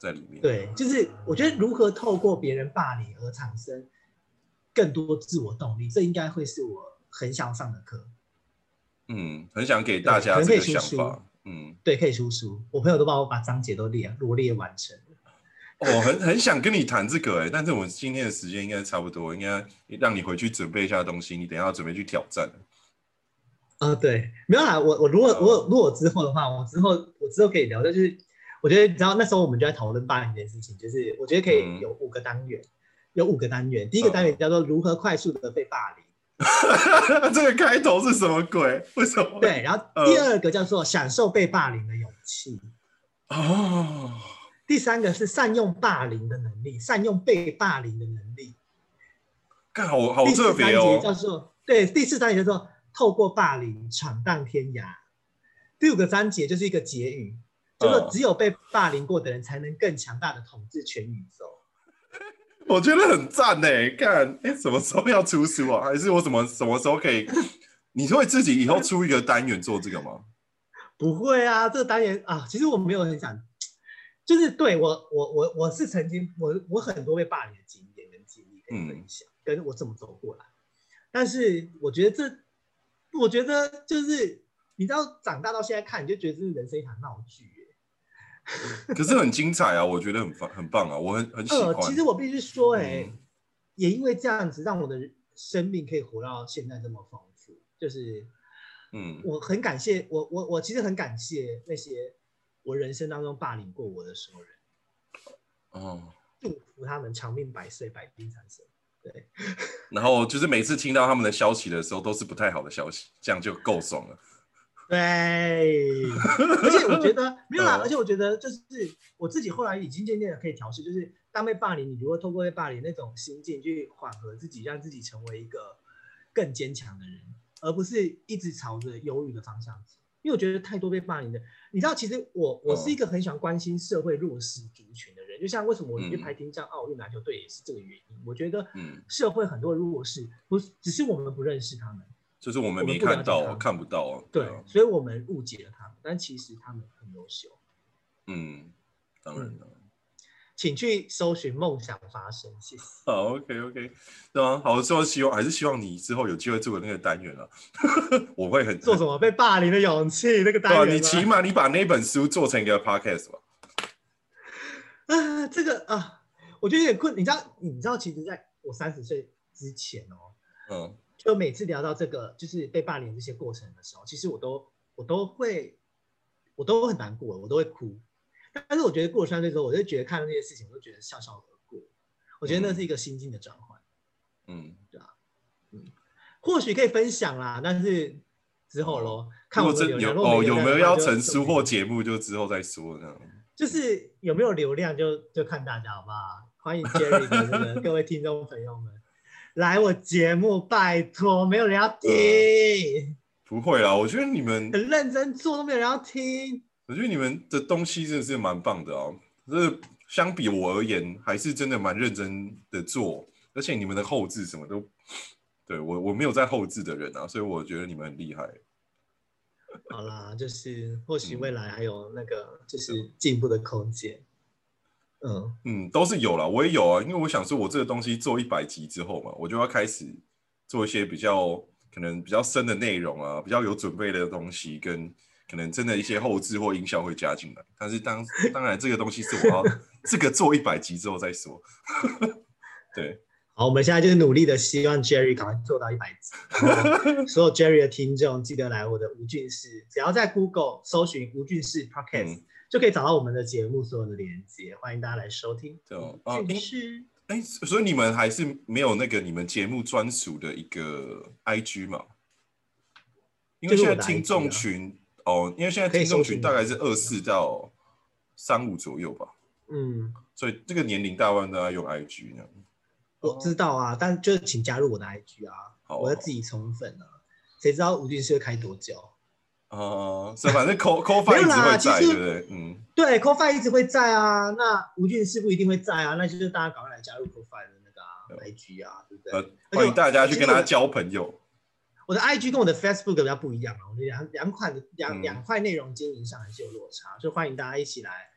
C: 在里面。
B: 对，就是我觉得如何透过别人霸凌而产生更多自我动力，这应该会是我很想上的课。
C: 嗯，很想给大家这个想法。嗯，
B: 对，可以出书。我朋友都帮我把章节都列罗列完成了。
C: 哦，很很想跟你谈这个哎、欸，但是我们今天的时间应该差不多，应该让你回去准备一下东西，你等一下要准备去挑战。
B: 呃，对，没有啦，我我如果我如果之后的话，我之后我之后可以聊，就是我觉得你知道那时候我们就在讨论霸凌这件事情，就是我觉得可以有五个单元，嗯、有五个单元，第一个单元叫做如何快速的被霸凌。
C: 这个开头是什么鬼？为什么？
B: 对，然后第二个叫做享受被霸凌的勇气。
C: 哦。
B: 第三个是善用霸凌的能力，善用被霸凌的能力。
C: 看好好特别哦。
B: 第四章节叫做对，第四章节叫做透过霸凌闯荡天涯。第五个章节就是一个结语，叫做只有被霸凌过的人才能更强大的统治全宇宙。
C: 我觉得很赞哎！看，哎，什么时候要出书啊？还是我什么什么时候可以？你会自己以后出一个单元做这个吗？
B: 不会啊，这个单元啊，其实我没有很想，就是对我我我我是曾经我我很多被霸凌的经验跟经历可以分享，嗯、跟我怎么走过来。但是我觉得这，我觉得就是你知道，长大到现在看，你就觉得这是人生一场闹剧。
C: 可是很精彩啊，我觉得很很棒啊，我很很喜欢。
B: 呃，其实我必须说、欸，哎、嗯，也因为这样子，让我的生命可以活到现在这么丰富。就是，嗯，我很感谢我我我其实很感谢那些我人生当中霸凌过我的所有人。哦，祝福他们长命百岁，百病缠身。对。
C: 然后就是每次听到他们的消息的时候，都是不太好的消息，这样就够爽了。
B: 对，而且我觉得没有啦，而且我觉得就是我自己后来已经渐渐的可以调试，就是当被霸凌，你如果透过被霸凌那种心境去缓和自己，让自己成为一个更坚强的人，而不是一直朝着忧郁的方向走。因为我觉得太多被霸凌的，你知道，其实我我是一个很喜欢关心社会弱势族群的人，就像为什么我去拍听障奥运篮球队也是这个原因。我觉得社会很多弱势，不是只是我们不认识他们。
C: 就是我们没看到、啊，看不到啊。
B: 对，对，所以我们误解了他们，但其实他们很优秀。
C: 嗯，当然了、嗯。
B: 请去搜寻梦想发生，谢谢。
C: 好 ，OK OK， 对啊，好，之后希望还是希望你之后有机会做个那个单元啊。我会很
B: 做什么被霸凌的勇气那个单元、啊。
C: 你起码你把那本书做成一个 podcast 吧。
B: 啊，这个啊，我觉得有点困。你知道，你知道，其实在我三十岁之前哦，嗯。就每次聊到这个，就是被霸凌这些过程的时候，其实我都我都会我都很难过，我都会哭。但是我觉得过了三岁之后，我就觉得看到那些事情，我就觉得笑笑而过。我觉得那是一个心境的转换。嗯，对啊，嗯，或许可以分享啦，但是之后咯，看我们流量。
C: 哦，有没有要成书或节目，就之后再说这样。
B: 就是有没有流量就，就就看大家好不好？欢迎 Jerry 的这个各位听众朋友们。来我节目，拜托，没有人要听。呃、
C: 不会啦，我觉得你们
B: 很认真做，都没有人要听。
C: 我觉得你们的东西真的是蛮棒的啊，这相比我而言，还是真的蛮认真的做，而且你们的后制什么都，对我我没有在后制的人啊，所以我觉得你们很厉害。
B: 好啦，就是或许未来还有那个就是进步的空间。嗯,
C: 嗯，都是有啦，我也有啊，因为我想说，我这个东西做一百集之后嘛，我就要开始做一些比较可能比较深的内容啊，比较有准备的东西，跟可能真的一些后制或音效会加进来。但是当当然，这个东西是我要这个做一百集之后再说。对，
B: 好，我们现在就是努力的，希望 Jerry 赶快做到一百集。所有 Jerry 的听众，记得来我的吴俊士，只要在 Google 搜寻吴俊士 Podcast。嗯，就可以找到我们的节目所有的连接，欢迎大家来收听。
C: 对，是，哎，所以你们还是没有那个你们节目专属的一个 I G 嘛？因为现在听众群、啊、哦，因为现在听众群大概是二四到三五左右吧。嗯，所以这个年龄大部分都在用 I G 那样。
B: 我知道啊，但就是请加入我的 I G 啊，啊我要自己充粉啊，谁知道吴俊士会开多久？
C: 哦，所以反正 Ko-Fi 一直会在，对不对？嗯，
B: 对 ，Ko-Fi 一直会在啊。那吴俊士不一定会在啊，那就是大家赶快来加入 Ko-Fi 的那个、啊、I G 啊，对不对？呃，
C: 欢迎大家去跟他交朋友。
B: 我的 I G 跟我的 Facebook 比较不一样啊，我的两两款两两块内容经营上还是有落差，所以欢迎大家一起来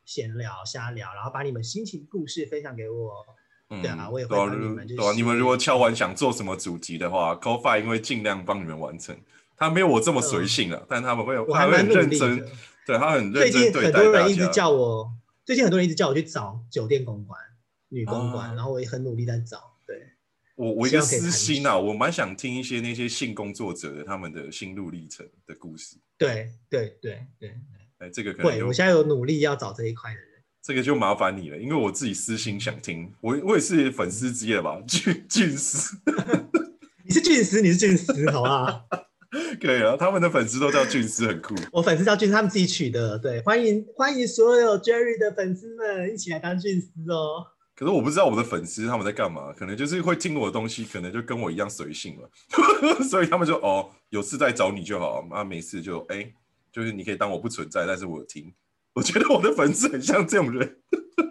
B: 闲聊、瞎聊，然后把你们心情故事分享给我。
C: 嗯，
B: 对啊，我也会帮你们、就是。
C: 对啊，你们如果敲完想做什么主题的话 ，Ko-Fi 因为尽量帮你们完成。他没有我这么随性啊，嗯、但他们会有，
B: 我还蛮
C: 认真，对他很认真对待大家。最近很
B: 多人一直叫我，最近很多人一直叫我去找酒店公关、女公关，啊、然后我也很努力在找。对，
C: 我我一个私心啊，我蛮想听一些那些性工作者的他们的心路历程的故事。
B: 对对对对，
C: 哎，这个可能
B: 会，我现在有努力要找这一块的人。
C: 这个就麻烦你了，因为我自己私心想听，我我也是粉丝之一的吧，俊俊丝。
B: 你是俊丝，你是俊丝，好不好？
C: 可以啊，他们的粉丝都叫俊丝，很酷。
B: 我粉丝叫俊丝，他们自己取的。对，欢迎欢迎所有 Jerry 的粉丝们一起来当俊丝哦。
C: 可是我不知道我的粉丝他们在干嘛，可能就是会听我的东西，可能就跟我一样随性了，所以他们就哦，有事再找你就好，啊没事就哎、欸，就是你可以当我不存在，但是我有听。我觉得我的粉丝很像这种人。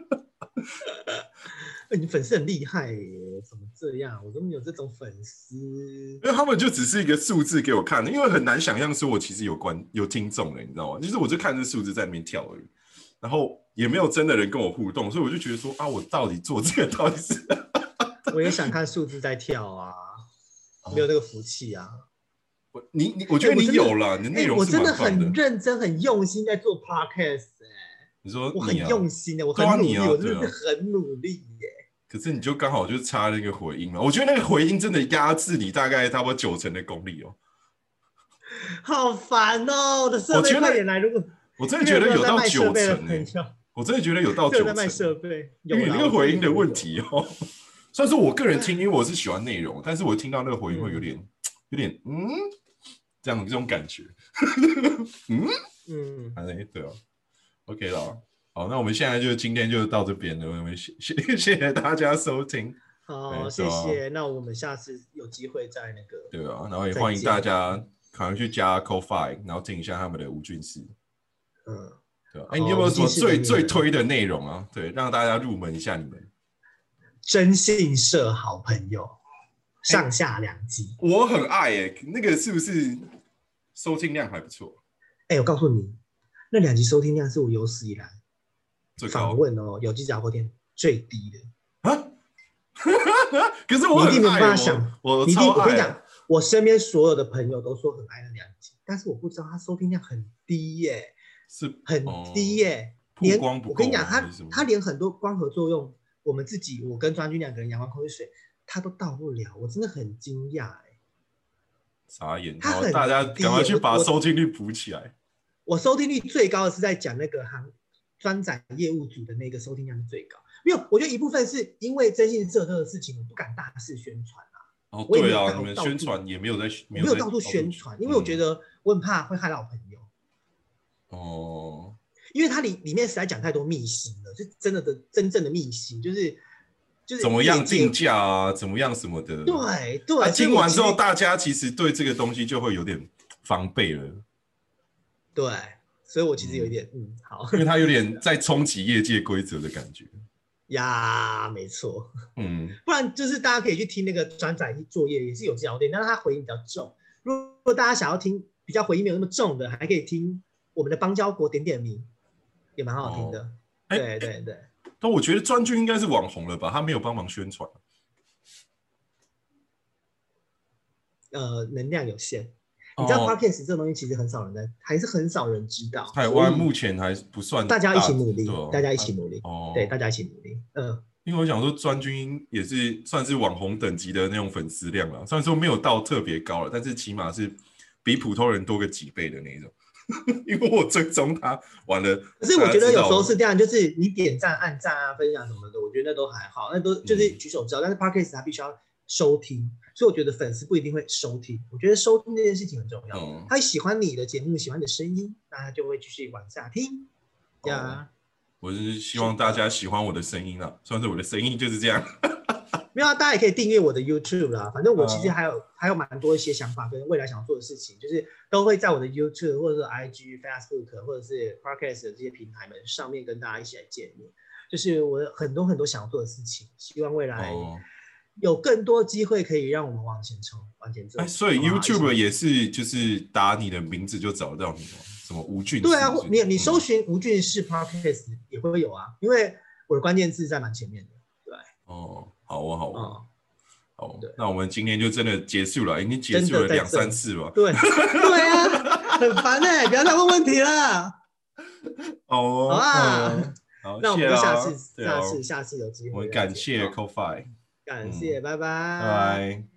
B: 你粉丝很厉害耶，怎么这样？我都没有这种粉丝。因
C: 为他们就只是一个数字给我看的，因为很难想象说我其实有观有听众了，你知道吗？就是我就看这数字在那边跳而已，然后也没有真的人跟我互动，所以我就觉得说啊，我到底做这个到底是？
B: 我也想看数字在跳啊，没有那个福气啊。
C: 你你，我觉得你有啦，欸、你的内容是蛮棒的。
B: 我真的很认真、很用心在做 podcast 哎、欸。
C: 你说
B: 你、啊、我很用心的、欸，我很努力，啊啊、我真的是很努力耶、欸。
C: 可是你就刚好就差那个回音嘛，我觉得那个回音真的压制你大概差不多九成的功力哦。
B: 好烦哦！我的设备快点来，如果
C: 我真的觉得有到九成哎、欸，我真的觉得有到九成。
B: 在卖设备，
C: 因为你那个回音的问题哦。虽然说我个人听，因为我是喜欢内容，但是我听到那个回音会有点、嗯、有点嗯。这样这种感觉，嗯嗯，哎，对啊 ，OK 了，好，那我们现在就今天就到这边了，我们谢谢谢谢大家收听，
B: 好，啊、谢谢，那我们下次有机会再那个，
C: 对啊，然后也欢迎大家可能去加 Ko-Fi， 然后听一下他们的无菌室，嗯，对吧？哎，你有没有什么最最推的内容啊？对，让大家入门一下你们
B: 征信社好朋友。上下两集，
C: 我很爱哎、欸，那个是不是收听量还不错？
B: 哎、欸，我告诉你，那两集收听量是我有史以来访问哦有机杂货店最低的啊！
C: 可是我很爱、欸、
B: 你一定没有办法想，
C: 我
B: 你一定我跟你讲，我身边所有的朋友都说很爱那两集，但是我不知道它收听量很低耶、欸，
C: 是
B: 很低耶、欸，
C: 曝光不够。
B: 我跟你讲，它它连很多光合作用，我们自己我跟专军两个人阳光空气水。他都到不了，我真的很惊讶哎，
C: 傻眼！他很大家赶快去把收听率补起来。
B: 我, 我收听率最高的是在讲那个行专展业务组的那个收听量是最高，因为我觉得一部分是因为征信社这个事情，我不敢大肆宣传啊。
C: 哦，对啊，你们宣传也没有在，
B: 没有到处宣传，因为我觉得我很怕会害到朋友。
C: 哦，
B: 因为它里里面实在讲太多秘辛了，是真的的真正的秘辛，就是。就是
C: 怎么样定价啊？怎么样什么的？
B: 对对、
C: 啊，听完之后，大家其实对这个东西就会有点防备了。
B: 对，所以我其实有一点 嗯, 嗯好，
C: 因为它有点在冲击业界规则的感觉。
B: 呀，没错，
C: 嗯，
B: 不然就是大家可以去听那个转载作业，也是有这条店，但是它回音比较重。如果大家想要听比较回音没有那么重的，还可以听我们的邦交国点点名，也蛮好听的。哦、对
C: 欸、
B: 对对。
C: 但我觉得专军应该是网红了吧，他没有帮忙宣传。
B: 呃，能量有限，你知道 Podcast 这个东西其实很少人在，还是很少人知道。
C: 台湾目前还不算，
B: 大家一起努力，
C: 哦、
B: 大家一起努力，
C: 哦，
B: 对，大家一起努力，嗯。
C: 因为我想说，专军也是算是网红等级的那种粉丝量了，虽然说没有到特别高了，但是起码是比普通人多个几倍的那一种。因为我追踪他完了，
B: 可是我觉得有时候是这样，就是你点赞、按赞啊、分享什么的，我觉得那都还好，那都就是举手之劳。嗯、但是 Podcast 它必须要收听，所以我觉得粉丝不一定会收听。我觉得收听这件事情很重要，嗯、他喜欢你的节目，喜欢你的声音，那他就会继续往下听。对啊，
C: 我是希望大家喜欢我的声音啦，算是我的声音就是这样。
B: 没有、啊，大家也可以订阅我的 YouTube 啦。反正我其实还有、嗯、还有蛮多一些想法跟未来想做的事情，就是都会在我的 YouTube 或者是 I G、Facebook 或者是 Podcast 的这些平台们上面跟大家一起来见面。就是我很多很多想做的事情，希望未来有更多机会可以让我们往前冲、往前走。
C: 哎，所以 YouTube 也是就是打你的名字就找得到你吗？什么吴俊？
B: 对啊，你你搜寻吴俊士 Podcast 也会有啊，因为我的关键字在蛮前面的。对。
C: 哦，好啊，好啊。
B: 哦
C: 好，那我们今天就真的结束了，已经结束了两三次了。
B: 对对啊，很烦哎、欸，不要再问问题了。
C: 好哦，
B: 好啊，
C: 嗯、好，
B: 那我们就下次、
C: 啊、
B: 下次、下次有机会。
C: 我们感谢 Ko-Fi，
B: 感谢，
C: 嗯、
B: 拜拜，
C: 拜拜。